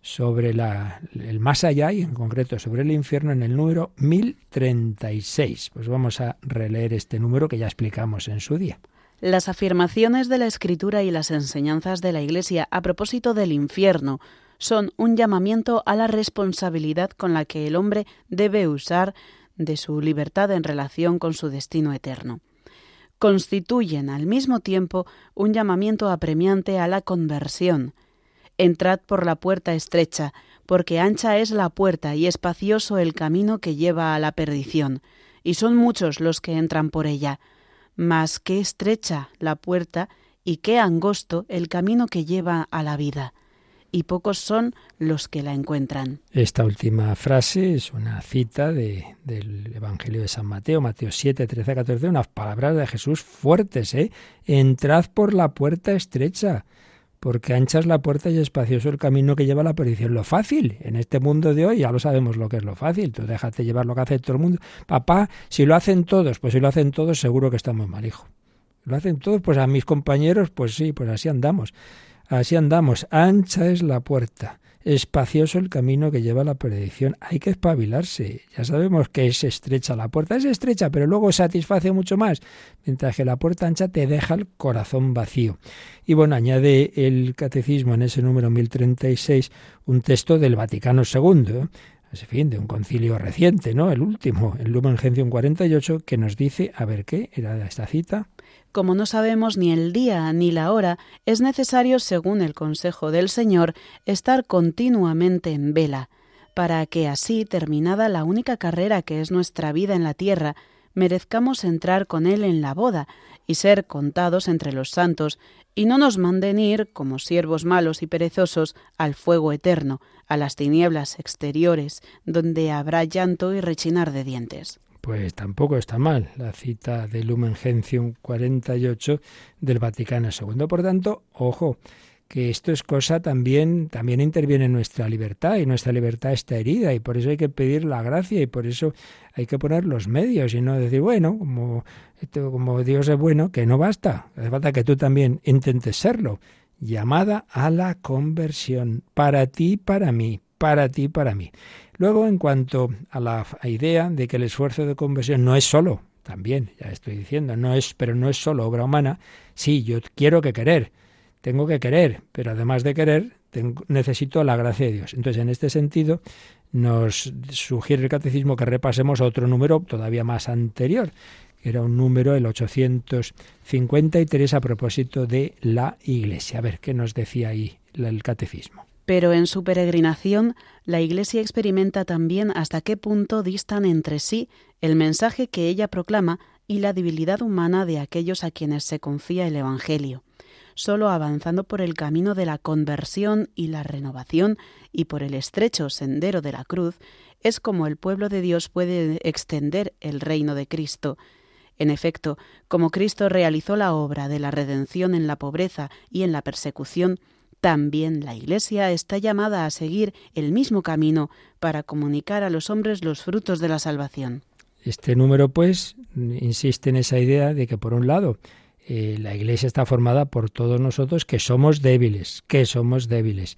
sobre la, el más allá y en concreto sobre el infierno en el número mil treinta y seis. Pues vamos a releer este número que ya explicamos en su día. Las afirmaciones de la Escritura y las enseñanzas de la Iglesia a propósito del infierno son un llamamiento a la responsabilidad con la que el hombre debe usar de su libertad en relación con su destino eterno. Constituyen al mismo tiempo un llamamiento apremiante a la conversión. Entrad por la puerta estrecha, porque ancha es la puerta y espacioso el camino que lleva a la perdición, y son muchos los que entran por ella. Mas qué estrecha la puerta y qué angosto el camino que lleva a la vida, y pocos son los que la encuentran. Esta última frase es una cita de, del Evangelio de San Mateo, Mateo siete, trece a catorce, unas palabras de Jesús fuertes, ¿eh? Entrad por la puerta estrecha, porque ancha es la puerta y espacioso el camino que lleva a la perdición. Lo fácil, en este mundo de hoy ya lo sabemos lo que es lo fácil. Tú déjate llevar lo que hace todo el mundo. Papá, si lo hacen todos, pues si lo hacen todos seguro que está muy mal, hijo. Lo hacen todos, pues a mis compañeros, pues sí, pues así andamos. Así andamos. Ancha es la puerta, espacioso el camino que lleva a la perdición. Hay que espabilarse. Ya sabemos que es estrecha la puerta. Es estrecha, pero luego satisface mucho más. Mientras que la puerta ancha te deja el corazón vacío. Y bueno, añade el Catecismo en ese número mil treinta y seis un texto del Vaticano segundo, ¿eh? En fin, de un concilio reciente, ¿no? El último, el Lumen Gentium cuarenta y ocho, que nos dice, a ver qué, era esta cita. Como no sabemos ni el día ni la hora, es necesario, según el consejo del Señor, estar continuamente en vela, para que así, terminada la única carrera que es nuestra vida en la tierra, merezcamos entrar con Él en la boda y ser contados entre los santos, y no nos manden ir, como siervos malos y perezosos, al fuego eterno, a las tinieblas exteriores, donde habrá llanto y rechinar de dientes. Pues tampoco está mal la cita de Lumen Gentium cuarenta y ocho del Vaticano segundo. Por tanto, ojo, que esto es cosa también, también interviene en nuestra libertad, y nuestra libertad está herida, y por eso hay que pedir la gracia, y por eso hay que poner los medios, y no decir, bueno, como, esto, como Dios es bueno, que no basta, hace falta que tú también intentes serlo. Llamada a la conversión, para ti y para mí, para ti y para mí. Luego, en cuanto a la idea de que el esfuerzo de conversión no es solo, también, ya estoy diciendo, no es, pero no es solo obra humana. Sí, yo quiero que querer, tengo que querer, pero además de querer, tengo, necesito la gracia de Dios. Entonces, en este sentido, nos sugiere el Catecismo que repasemos otro número todavía más anterior, que era un número, el ochocientos cincuenta y tres, a propósito de la Iglesia. A ver, ¿qué nos decía ahí el Catecismo? Pero en su peregrinación, la Iglesia experimenta también hasta qué punto distan entre sí el mensaje que ella proclama y la debilidad humana de aquellos a quienes se confía el Evangelio. Solo avanzando por el camino de la conversión y la renovación y por el estrecho sendero de la cruz, es como el pueblo de Dios puede extender el reino de Cristo. En efecto, como Cristo realizó la obra de la redención en la pobreza y en la persecución, también la Iglesia está llamada a seguir el mismo camino para comunicar a los hombres los frutos de la salvación. Este número, pues, insiste en esa idea de que, por un lado, eh, la Iglesia está formada por todos nosotros que somos débiles, que somos débiles.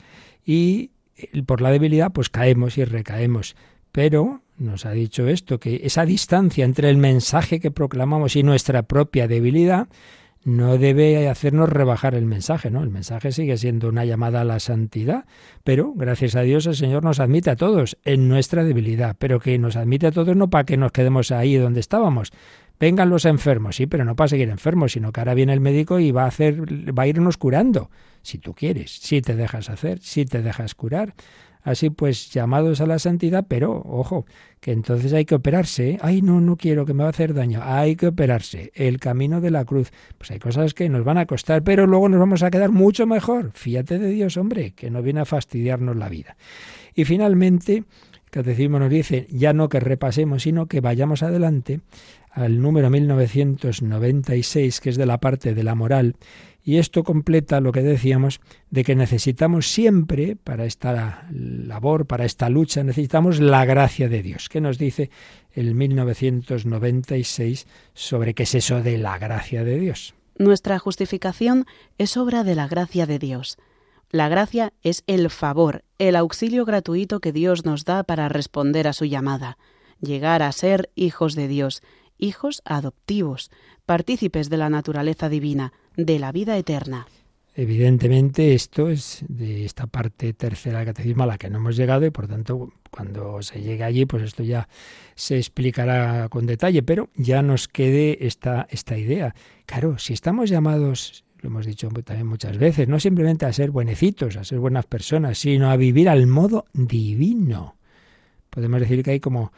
Y eh, por la debilidad, pues caemos y recaemos. Pero nos ha dicho esto, que esa distancia entre el mensaje que proclamamos y nuestra propia debilidad no debe hacernos rebajar el mensaje, ¿no? El mensaje sigue siendo una llamada a la santidad, pero gracias a Dios el Señor nos admite a todos en nuestra debilidad, pero que nos admite a todos no para que nos quedemos ahí donde estábamos. Vengan los enfermos, sí, pero no para seguir enfermos, sino que ahora viene el médico y va a hacer, va a irnos curando, si tú quieres, si te dejas hacer, si te dejas curar. Así pues, llamados a la santidad, pero, ojo, que entonces hay que operarse, ¿eh? Ay, no, no quiero, que me va a hacer daño. Hay que operarse. El camino de la cruz. Pues hay cosas que nos van a costar, pero luego nos vamos a quedar mucho mejor. Fíjate de Dios, hombre, que no viene a fastidiarnos la vida. Y finalmente, el Catecismo nos dice, ya no que repasemos, sino que vayamos adelante al número mil novecientos noventa y seis, que es de la parte de la moral. Y esto completa lo que decíamos de que necesitamos siempre, para esta labor, para esta lucha, necesitamos la gracia de Dios. ¿Qué nos dice el mil novecientos noventa y seis sobre qué es eso de la gracia de Dios? Nuestra justificación es obra de la gracia de Dios. La gracia es el favor, el auxilio gratuito que Dios nos da para responder a su llamada, llegar a ser hijos de Dios, hijos adoptivos, partícipes de la naturaleza divina, de la vida eterna. Evidentemente esto es de esta parte tercera del catecismo a la que no hemos llegado y por tanto cuando se llegue allí pues esto ya se explicará con detalle, pero ya nos quede esta, esta idea. Claro, si estamos llamados, lo hemos dicho también muchas veces, no simplemente a ser buenecitos, a ser buenas personas, sino a vivir al modo divino. Podemos decir que hay como,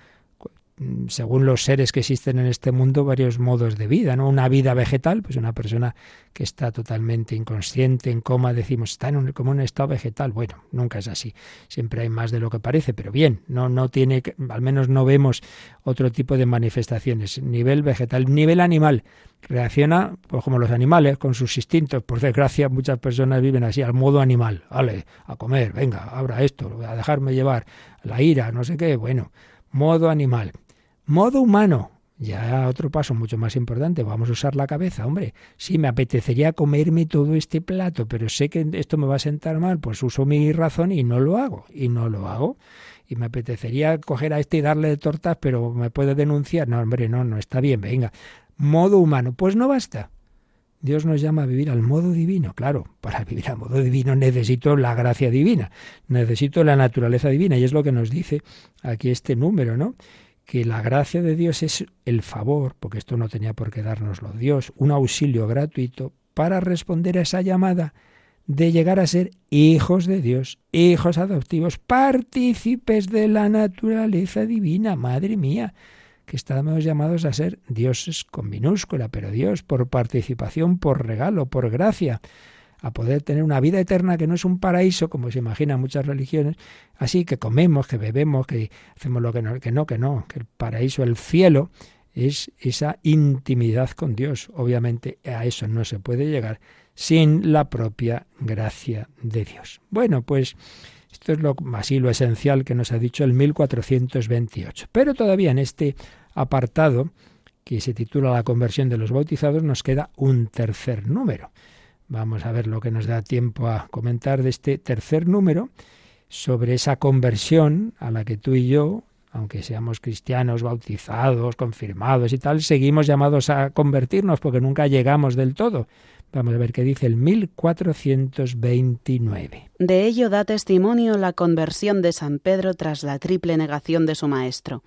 según los seres que existen en este mundo, varios modos de vida, ¿no? Una vida vegetal, pues una persona que está totalmente inconsciente, en coma, decimos, está en un, como un estado vegetal. Bueno, nunca es así. Siempre hay más de lo que parece, pero bien, no, no tiene, al menos no vemos otro tipo de manifestaciones. Nivel vegetal, nivel animal. Reacciona, pues como los animales, con sus instintos. Por desgracia, muchas personas viven así, al modo animal. Vale, a comer, venga, ahora esto, a dejarme llevar, la ira, no sé qué. Bueno, modo animal. Modo humano, ya otro paso mucho más importante, vamos a usar la cabeza, hombre, sí, me apetecería comerme todo este plato, pero sé que esto me va a sentar mal, pues uso mi razón y no lo hago, y no lo hago, y me apetecería coger a este y darle de tortas, pero me puede denunciar, no, hombre, no, no está bien, venga, modo humano, pues no basta. Dios nos llama a vivir al modo divino. Claro, para vivir al modo divino necesito la gracia divina, necesito la naturaleza divina, y es lo que nos dice aquí este número, ¿no? Que la gracia de Dios es el favor, porque esto no tenía por qué dárnoslo Dios, un auxilio gratuito para responder a esa llamada de llegar a ser hijos de Dios, hijos adoptivos, partícipes de la naturaleza divina. Madre mía, que estamos llamados a ser dioses con minúscula, pero Dios por participación, por regalo, por gracia, a poder tener una vida eterna que no es un paraíso, como se imaginan muchas religiones, así que comemos, que bebemos, que hacemos lo que no, que no, que no, que el paraíso, el cielo, es esa intimidad con Dios. Obviamente a eso no se puede llegar sin la propia gracia de Dios. Bueno, pues esto es lo, así lo esencial que nos ha dicho el mil cuatrocientos veintiocho. Pero todavía en este apartado, que se titula La conversión de los bautizados, nos queda un tercer número. Vamos a ver lo que nos da tiempo a comentar de este tercer número sobre esa conversión a la que tú y yo, aunque seamos cristianos, bautizados, confirmados y tal, seguimos llamados a convertirnos porque nunca llegamos del todo. Vamos a ver qué dice el mil cuatrocientos veintinueve. De ello da testimonio la conversión de San Pedro tras la triple negación de su maestro.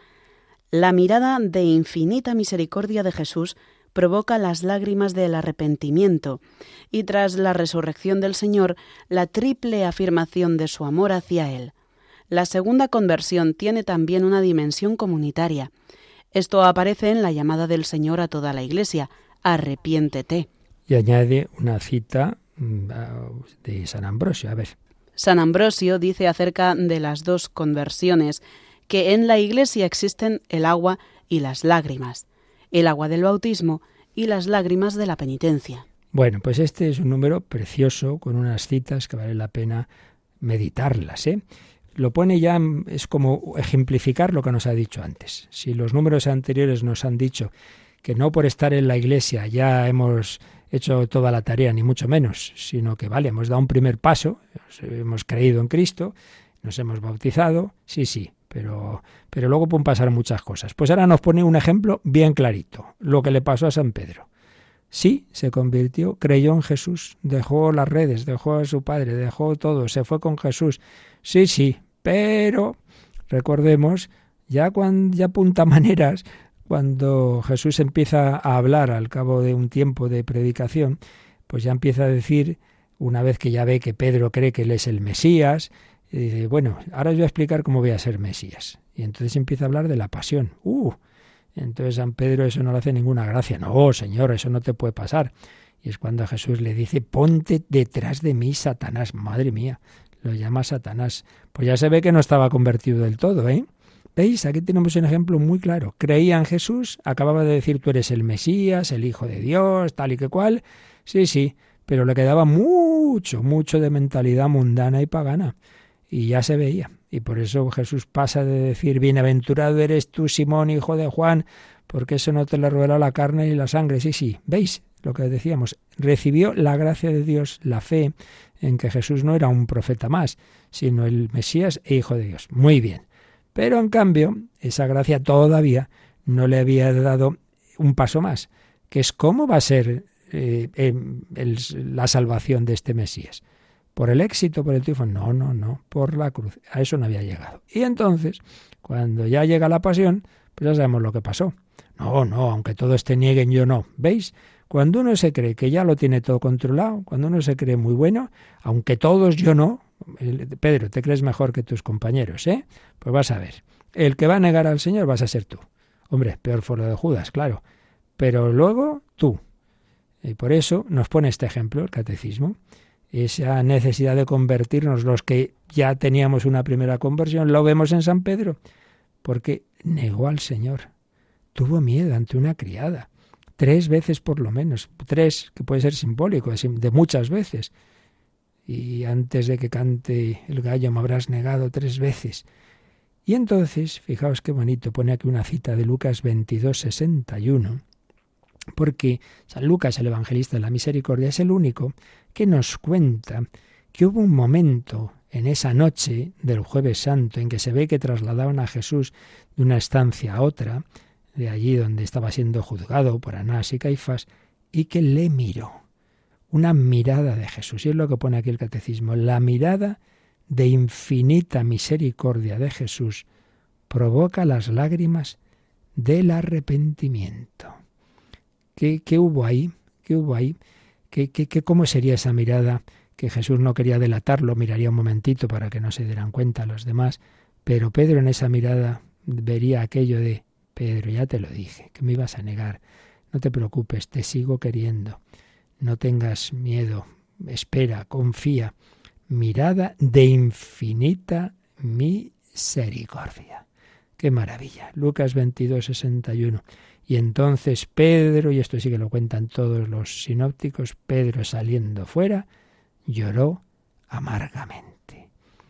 La mirada de infinita misericordia de Jesús provoca las lágrimas del arrepentimiento y tras la resurrección del Señor, la triple afirmación de su amor hacia Él. La segunda conversión tiene también una dimensión comunitaria. Esto aparece en la llamada del Señor a toda la Iglesia: arrepiéntete. Y añade una cita de San Ambrosio, a ver. San Ambrosio dice acerca de las dos conversiones que en la Iglesia existen el agua y las lágrimas. El agua del bautismo y las lágrimas de la penitencia. Bueno, pues este es un número precioso, con unas citas que vale la pena meditarlas, ¿eh? Lo pone ya, es como ejemplificar lo que nos ha dicho antes. Si los números anteriores nos han dicho que no por estar en la Iglesia ya hemos hecho toda la tarea, ni mucho menos, sino que vale, hemos dado un primer paso, hemos creído en Cristo, nos hemos bautizado, sí, sí, Pero, pero luego pueden pasar muchas cosas. Pues ahora nos pone un ejemplo bien clarito, lo que le pasó a San Pedro. Sí, se convirtió, creyó en Jesús, dejó las redes, dejó a su padre, dejó todo, se fue con Jesús. Sí, sí, pero recordemos, ya cuando ya apunta maneras, cuando Jesús empieza a hablar al cabo de un tiempo de predicación, pues ya empieza a decir, una vez que ya ve que Pedro cree que él es el Mesías, y dice, bueno, ahora os voy a explicar cómo voy a ser Mesías. Y entonces empieza a hablar de la pasión. ¡Uh! Entonces San Pedro eso no le hace ninguna gracia. No, Señor, eso no te puede pasar. Y es cuando Jesús le dice, ponte detrás de mí, Satanás. Madre mía, lo llama Satanás. Pues ya se ve que no estaba convertido del todo, ¿eh? ¿Veis? Aquí tenemos un ejemplo muy claro. Creía en Jesús, acababa de decir, tú eres el Mesías, el Hijo de Dios, tal y que cual. Sí, sí, pero le quedaba mucho, mucho de mentalidad mundana y pagana. Y ya se veía. Y por eso Jesús pasa de decir, bienaventurado eres tú, Simón, hijo de Juan, porque eso no te lo reveló la carne y la sangre. Sí, sí, ¿veis lo que decíamos? Recibió la gracia de Dios, la fe en que Jesús no era un profeta más, sino el Mesías e Hijo de Dios. Muy bien. Pero en cambio, esa gracia todavía no le había dado un paso más, que es cómo va a ser eh, el, el, la salvación de este Mesías. ¿Por el éxito, por el triunfo? No, no, no, por la cruz. A eso no había llegado. Y entonces, cuando ya llega la pasión, pues ya sabemos lo que pasó. No, no, aunque todos te nieguen, yo no. ¿Veis? Cuando uno se cree que ya lo tiene todo controlado, cuando uno se cree muy bueno, aunque todos yo no, Pedro, te crees mejor que tus compañeros, ¿eh? Pues vas a ver, el que va a negar al Señor vas a ser tú. Hombre, peor fue lo de Judas, claro, pero luego tú. Y por eso nos pone este ejemplo, el catecismo, esa necesidad de convertirnos, los que ya teníamos una primera conversión, lo vemos en San Pedro, porque negó al Señor, tuvo miedo ante una criada. Tres veces por lo menos, tres, que puede ser simbólico, de muchas veces. Y antes de que cante el gallo me habrás negado tres veces. Y entonces, fijaos qué bonito, pone aquí una cita de Lucas veintidós, sesenta y uno, porque San Lucas, el evangelista de la misericordia, es el único que nos cuenta que hubo un momento en esa noche del Jueves Santo en que se ve que trasladaban a Jesús de una estancia a otra, de allí donde estaba siendo juzgado por Anás y Caifás, y que le miró. Una mirada de Jesús. Y es lo que pone aquí el catecismo. La mirada de infinita misericordia de Jesús provoca las lágrimas del arrepentimiento. ¿Qué, qué hubo ahí? ¿Qué hubo ahí? ¿Qué, qué, qué, ¿Cómo sería esa mirada? Que Jesús no quería delatarlo, miraría un momentito para que no se dieran cuenta los demás, pero Pedro en esa mirada vería aquello de: Pedro, ya te lo dije, que me ibas a negar. No te preocupes, te sigo queriendo. No tengas miedo, espera, confía. Mirada de infinita misericordia. ¡Qué maravilla! Lucas veintidós, sesenta y uno. Y entonces Pedro, y esto sí que lo cuentan todos los sinópticos, Pedro saliendo fuera, lloró amargamente.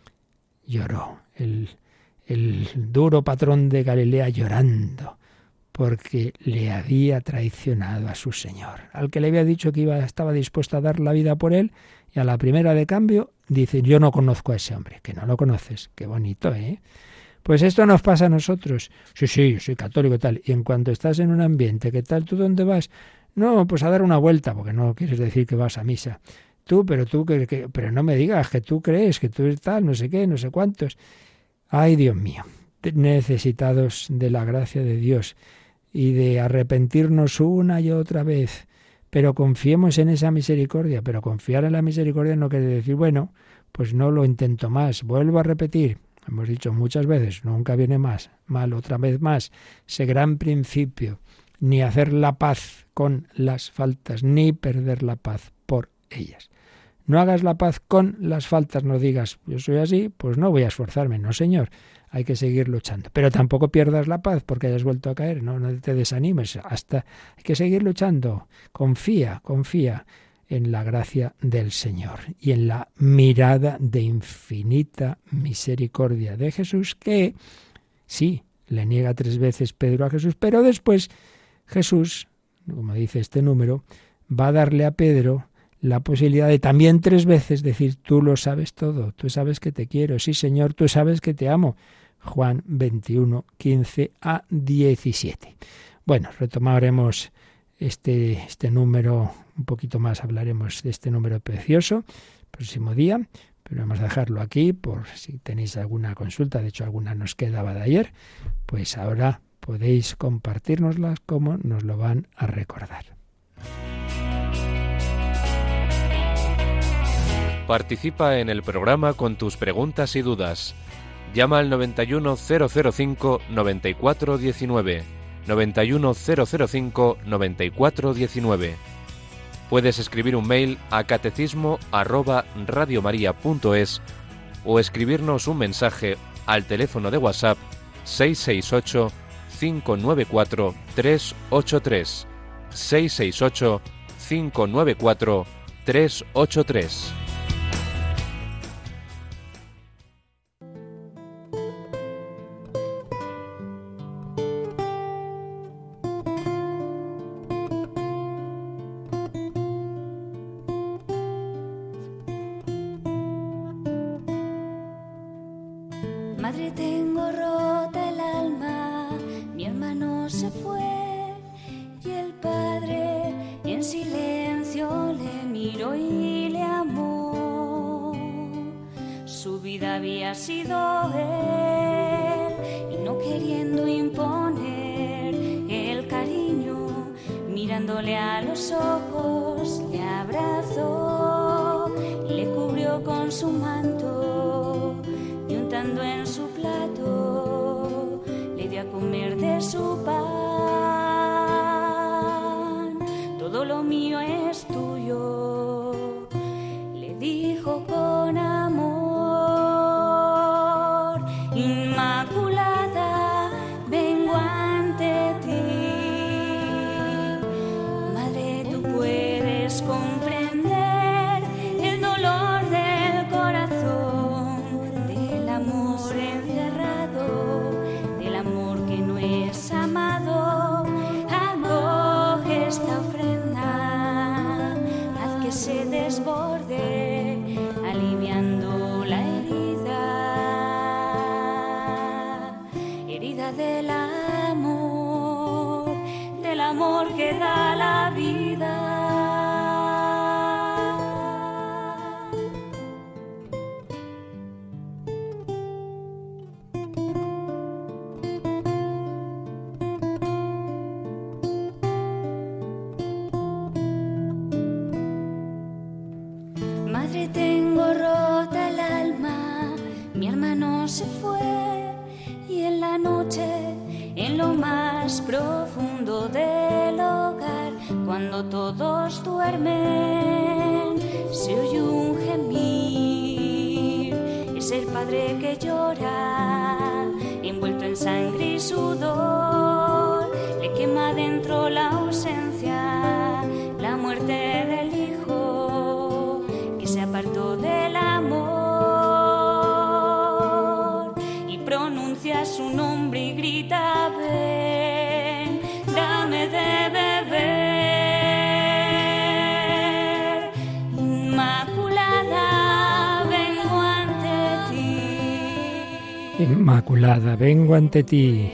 Lloró. El, el duro patrón de Galilea llorando, porque le había traicionado a su Señor, al que le había dicho que iba, estaba dispuesto a dar la vida por él, y a la primera de cambio dice: yo no conozco a ese hombre. Que no lo conoces. Qué bonito, ¿eh? Pues esto nos pasa a nosotros. Sí, sí, soy católico tal. Y en cuanto estás en un ambiente, ¿qué tal? ¿Tú dónde vas? No, pues a dar una vuelta, porque no quieres decir que vas a misa. Tú, pero tú, que, que, pero no me digas que tú crees, que tú eres tal, no sé qué, no sé cuántos. Ay, Dios mío, necesitados de la gracia de Dios y de arrepentirnos una y otra vez. Pero confiemos en esa misericordia. Pero confiar en la misericordia no quiere decir, bueno, pues no lo intento más, vuelvo a repetir. Hemos dicho muchas veces, nunca viene más, mal otra vez más, ese gran principio, ni hacer la paz con las faltas, ni perder la paz por ellas. No hagas la paz con las faltas, no digas, yo soy así, pues no voy a esforzarme. No, señor, hay que seguir luchando. Pero tampoco pierdas la paz porque hayas vuelto a caer, no, no te desanimes, hasta hay que seguir luchando. Confía, confía en la gracia del Señor y en la mirada de infinita misericordia de Jesús, que sí, le niega tres veces Pedro a Jesús, pero después Jesús, como dice este número, va a darle a Pedro la posibilidad de también tres veces decir: tú lo sabes todo, tú sabes que te quiero, sí Señor, tú sabes que te amo. Juan veintiuno, quince a diecisiete. Bueno, retomaremos este, este número, un poquito más hablaremos de este número precioso el próximo día, pero vamos a dejarlo aquí por si tenéis alguna consulta. De hecho, alguna nos quedaba de ayer, pues ahora podéis compartírnoslas como nos lo van a recordar. Participa en el programa con tus preguntas y dudas. Llama al noventa y uno cero cero cinco noventa y cuatro diecinueve, noventa y uno cero cero cinco noventa y cuatro diecinueve. Puedes escribir un mail a catecismo arroba radiomaria.es o escribirnos un mensaje al teléfono de WhatsApp seis seis ocho cinco nueve cuatro tres ocho tres, seis seis ocho cinco nueve cuatro tres ocho tres. Madre, tengo rota el alma, mi hermano se fue y el padre en silencio le miró y le amó. Su vida había sido él y no queriendo imponer el cariño, mirándole a los ojos le abrazó, le cubrió con su manto y untando en su plato le dio a comer de su pan. Todo lo mío es tuyo, le dijo con amor. Inmaculada, vengo ante ti. Madre, tú puedes comprender el dolor del corazón, del amor encerrado, del amor que no es amado. Acoge esta ofrenda, haz que se desborde, aliviando la herida, herida del amor, del amor que da la vida. Madre, tengo rota el alma, mi hermano se fue y en la noche, en lo más profundo del hogar, cuando todos duermen, se oye un gemir. Es el padre que llora, envuelto en sangre y sudor, le quema dentro la ausencia, la muerte del hijo que se apartó del amor, y pronuncia su nombre y grita: ven, dame de beber. Inmaculada, vengo ante ti. Inmaculada, vengo ante ti.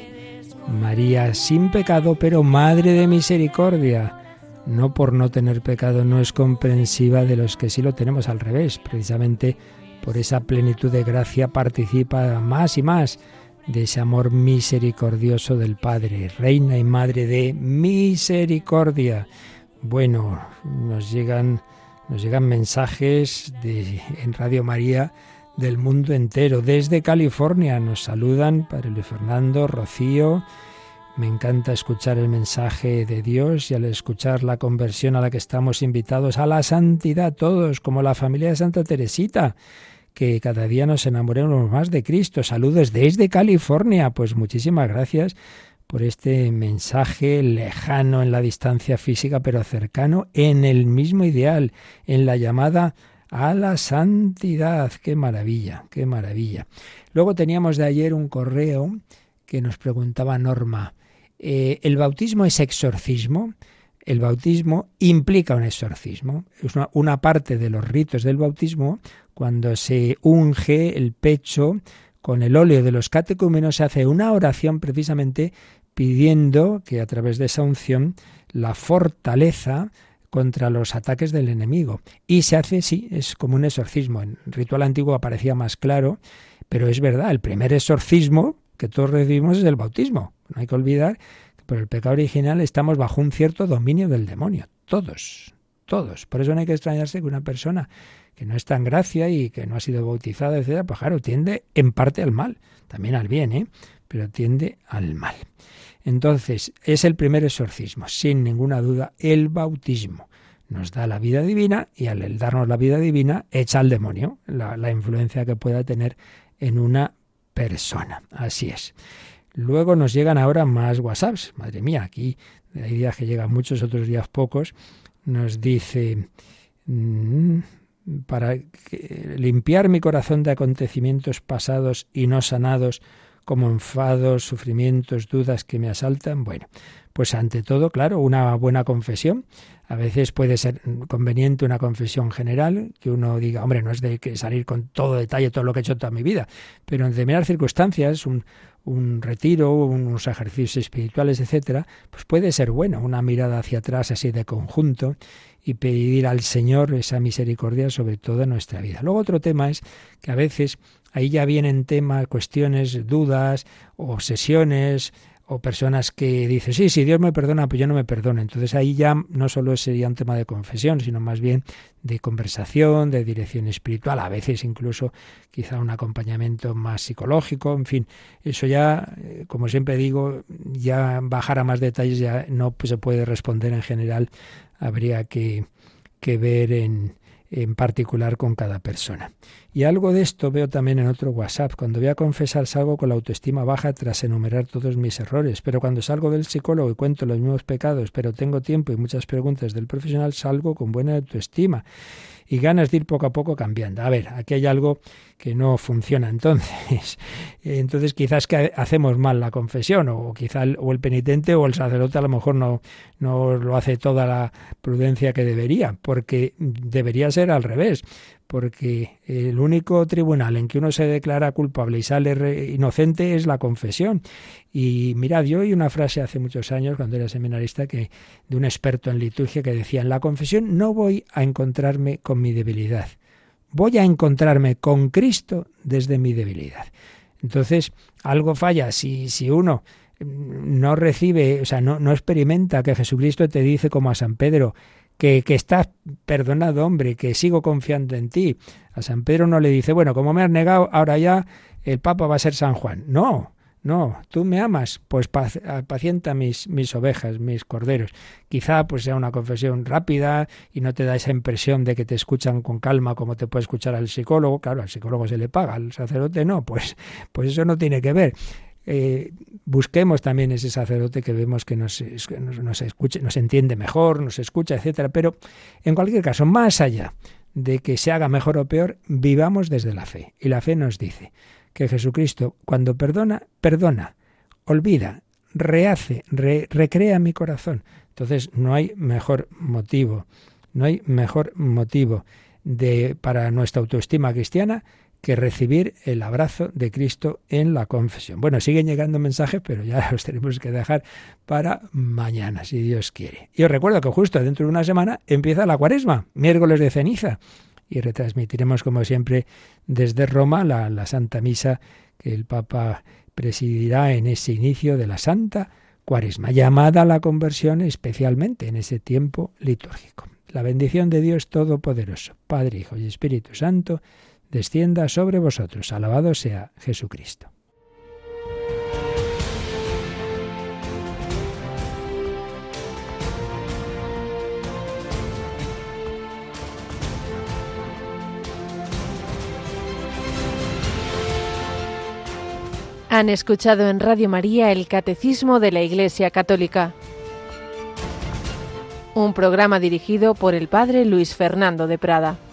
María sin pecado, pero Madre de misericordia. No por no tener pecado no es comprensiva de los que sí lo tenemos, al revés. Precisamente por esa plenitud de gracia participa más y más de ese amor misericordioso del Padre. Reina y Madre de misericordia. Bueno, nos llegan, nos llegan mensajes de, en Radio María del mundo entero. Desde California nos saludan Padre Luis Fernando, Rocío. Me encanta escuchar el mensaje de Dios y al escuchar la conversión a la que estamos invitados a la santidad todos, como la familia de Santa Teresita, que cada día nos enamoremos más de Cristo. Saludos desde California. Pues muchísimas gracias por este mensaje lejano en la distancia física, pero cercano en el mismo ideal, en la llamada a la santidad. ¡Qué maravilla, qué maravilla! Luego teníamos de ayer un correo que nos preguntaba Norma, Eh, ¿el bautismo es exorcismo? El bautismo implica un exorcismo. Es una, una parte de los ritos del bautismo. Cuando se unge el pecho con el óleo de los catecúmenos, se hace una oración precisamente pidiendo que a través de esa unción la fortaleza contra los ataques del enemigo. Y se hace, sí, es como un exorcismo. En el ritual antiguo aparecía más claro, pero es verdad, el primer exorcismo que todos recibimos es el bautismo. No hay que olvidar que por el pecado original estamos bajo un cierto dominio del demonio. Todos, todos. Por eso no hay que extrañarse que una persona que no está en gracia y que no ha sido bautizada, etcétera, pues claro, tiende en parte al mal, también al bien, ¿eh? Pero tiende al mal. Entonces, es el primer exorcismo, sin ninguna duda, el bautismo. Nos da la vida divina y al darnos la vida divina echa al demonio, la, la influencia que pueda tener en una persona. Así es. Luego nos llegan ahora más WhatsApps. Madre mía, aquí hay días que llegan muchos, otros días pocos. Nos dice, mmm, para que, limpiar mi corazón de acontecimientos pasados y no sanados, como enfados, sufrimientos, dudas que me asaltan. Bueno, Pues ante todo, claro, una buena confesión. A veces puede ser conveniente una confesión general, que uno diga, hombre, no es de que salir con todo detalle, todo lo que he hecho toda mi vida, pero en determinadas circunstancias, un, un retiro, unos ejercicios espirituales, etcétera, pues puede ser bueno, una mirada hacia atrás así de conjunto y pedir al Señor esa misericordia sobre toda nuestra vida. Luego otro tema es que a veces ahí ya vienen temas, cuestiones, dudas, obsesiones, o personas que dicen, sí, sí, Dios me perdona, pero yo no me perdono. Entonces ahí ya no solo sería un tema de confesión, sino más bien de conversación, de dirección espiritual, a veces incluso quizá un acompañamiento más psicológico, en fin, eso ya, como siempre digo, ya bajar a más detalles ya no se puede responder en general, habría que, que ver en... en particular con cada persona. Y algo de esto veo también en otro WhatsApp. Cuando voy a confesar salgo con la autoestima baja tras enumerar todos mis errores, pero cuando salgo del psicólogo y cuento los mismos pecados, pero tengo tiempo y muchas preguntas del profesional, salgo con buena autoestima y ganas de ir poco a poco cambiando. A ver, aquí hay algo que no funciona entonces. Entonces quizás que hacemos mal la confesión, o quizá el, o el penitente o el sacerdote a lo mejor no, no lo hace toda la prudencia que debería, porque debería ser al revés, porque el único tribunal en que uno se declara culpable y sale re- inocente es la confesión. Y mirad, yo oí una frase hace muchos años, cuando era seminarista, que de un experto en liturgia que decía, en la confesión no voy a encontrarme con mi debilidad, voy a encontrarme con Cristo desde mi debilidad. Entonces, algo falla si, si uno no recibe, o sea, no, no experimenta que Jesucristo te dice como a San Pedro, que, que estás perdonado, hombre, que sigo confiando en ti. A San Pedro no le dice, bueno, como me has negado, ahora ya el Papa va a ser San Juan. No, no, tú me amas, pues apacienta mis, mis ovejas, mis corderos. Quizá pues sea una confesión rápida y no te da esa impresión de que te escuchan con calma como te puede escuchar al psicólogo. Claro, al psicólogo se le paga, al sacerdote no, pues, pues eso no tiene que ver. Eh, busquemos también ese sacerdote que vemos que nos, nos, nos escuche, nos entiende mejor, nos escucha, etcétera. Pero en cualquier caso, más allá de que se haga mejor o peor, vivamos desde la fe. Y la fe nos dice que Jesucristo, cuando perdona, perdona, olvida, rehace, re, recrea mi corazón. Entonces no hay mejor motivo, no hay mejor motivo de, para nuestra autoestima cristiana que recibir el abrazo de Cristo en la confesión. Bueno, siguen llegando mensajes, pero ya los tenemos que dejar para mañana, si Dios quiere. Y os recuerdo que justo dentro de una semana empieza la Cuaresma, miércoles de ceniza, y retransmitiremos, como siempre, desde Roma la, la Santa Misa que el Papa presidirá en ese inicio de la Santa Cuaresma, llamada a la conversión especialmente en ese tiempo litúrgico. La bendición de Dios Todopoderoso, Padre, Hijo y Espíritu Santo, descienda sobre vosotros. Alabado sea Jesucristo. Han escuchado en Radio María el Catecismo de la Iglesia Católica, un programa dirigido por el Padre Luis Fernando de Prada.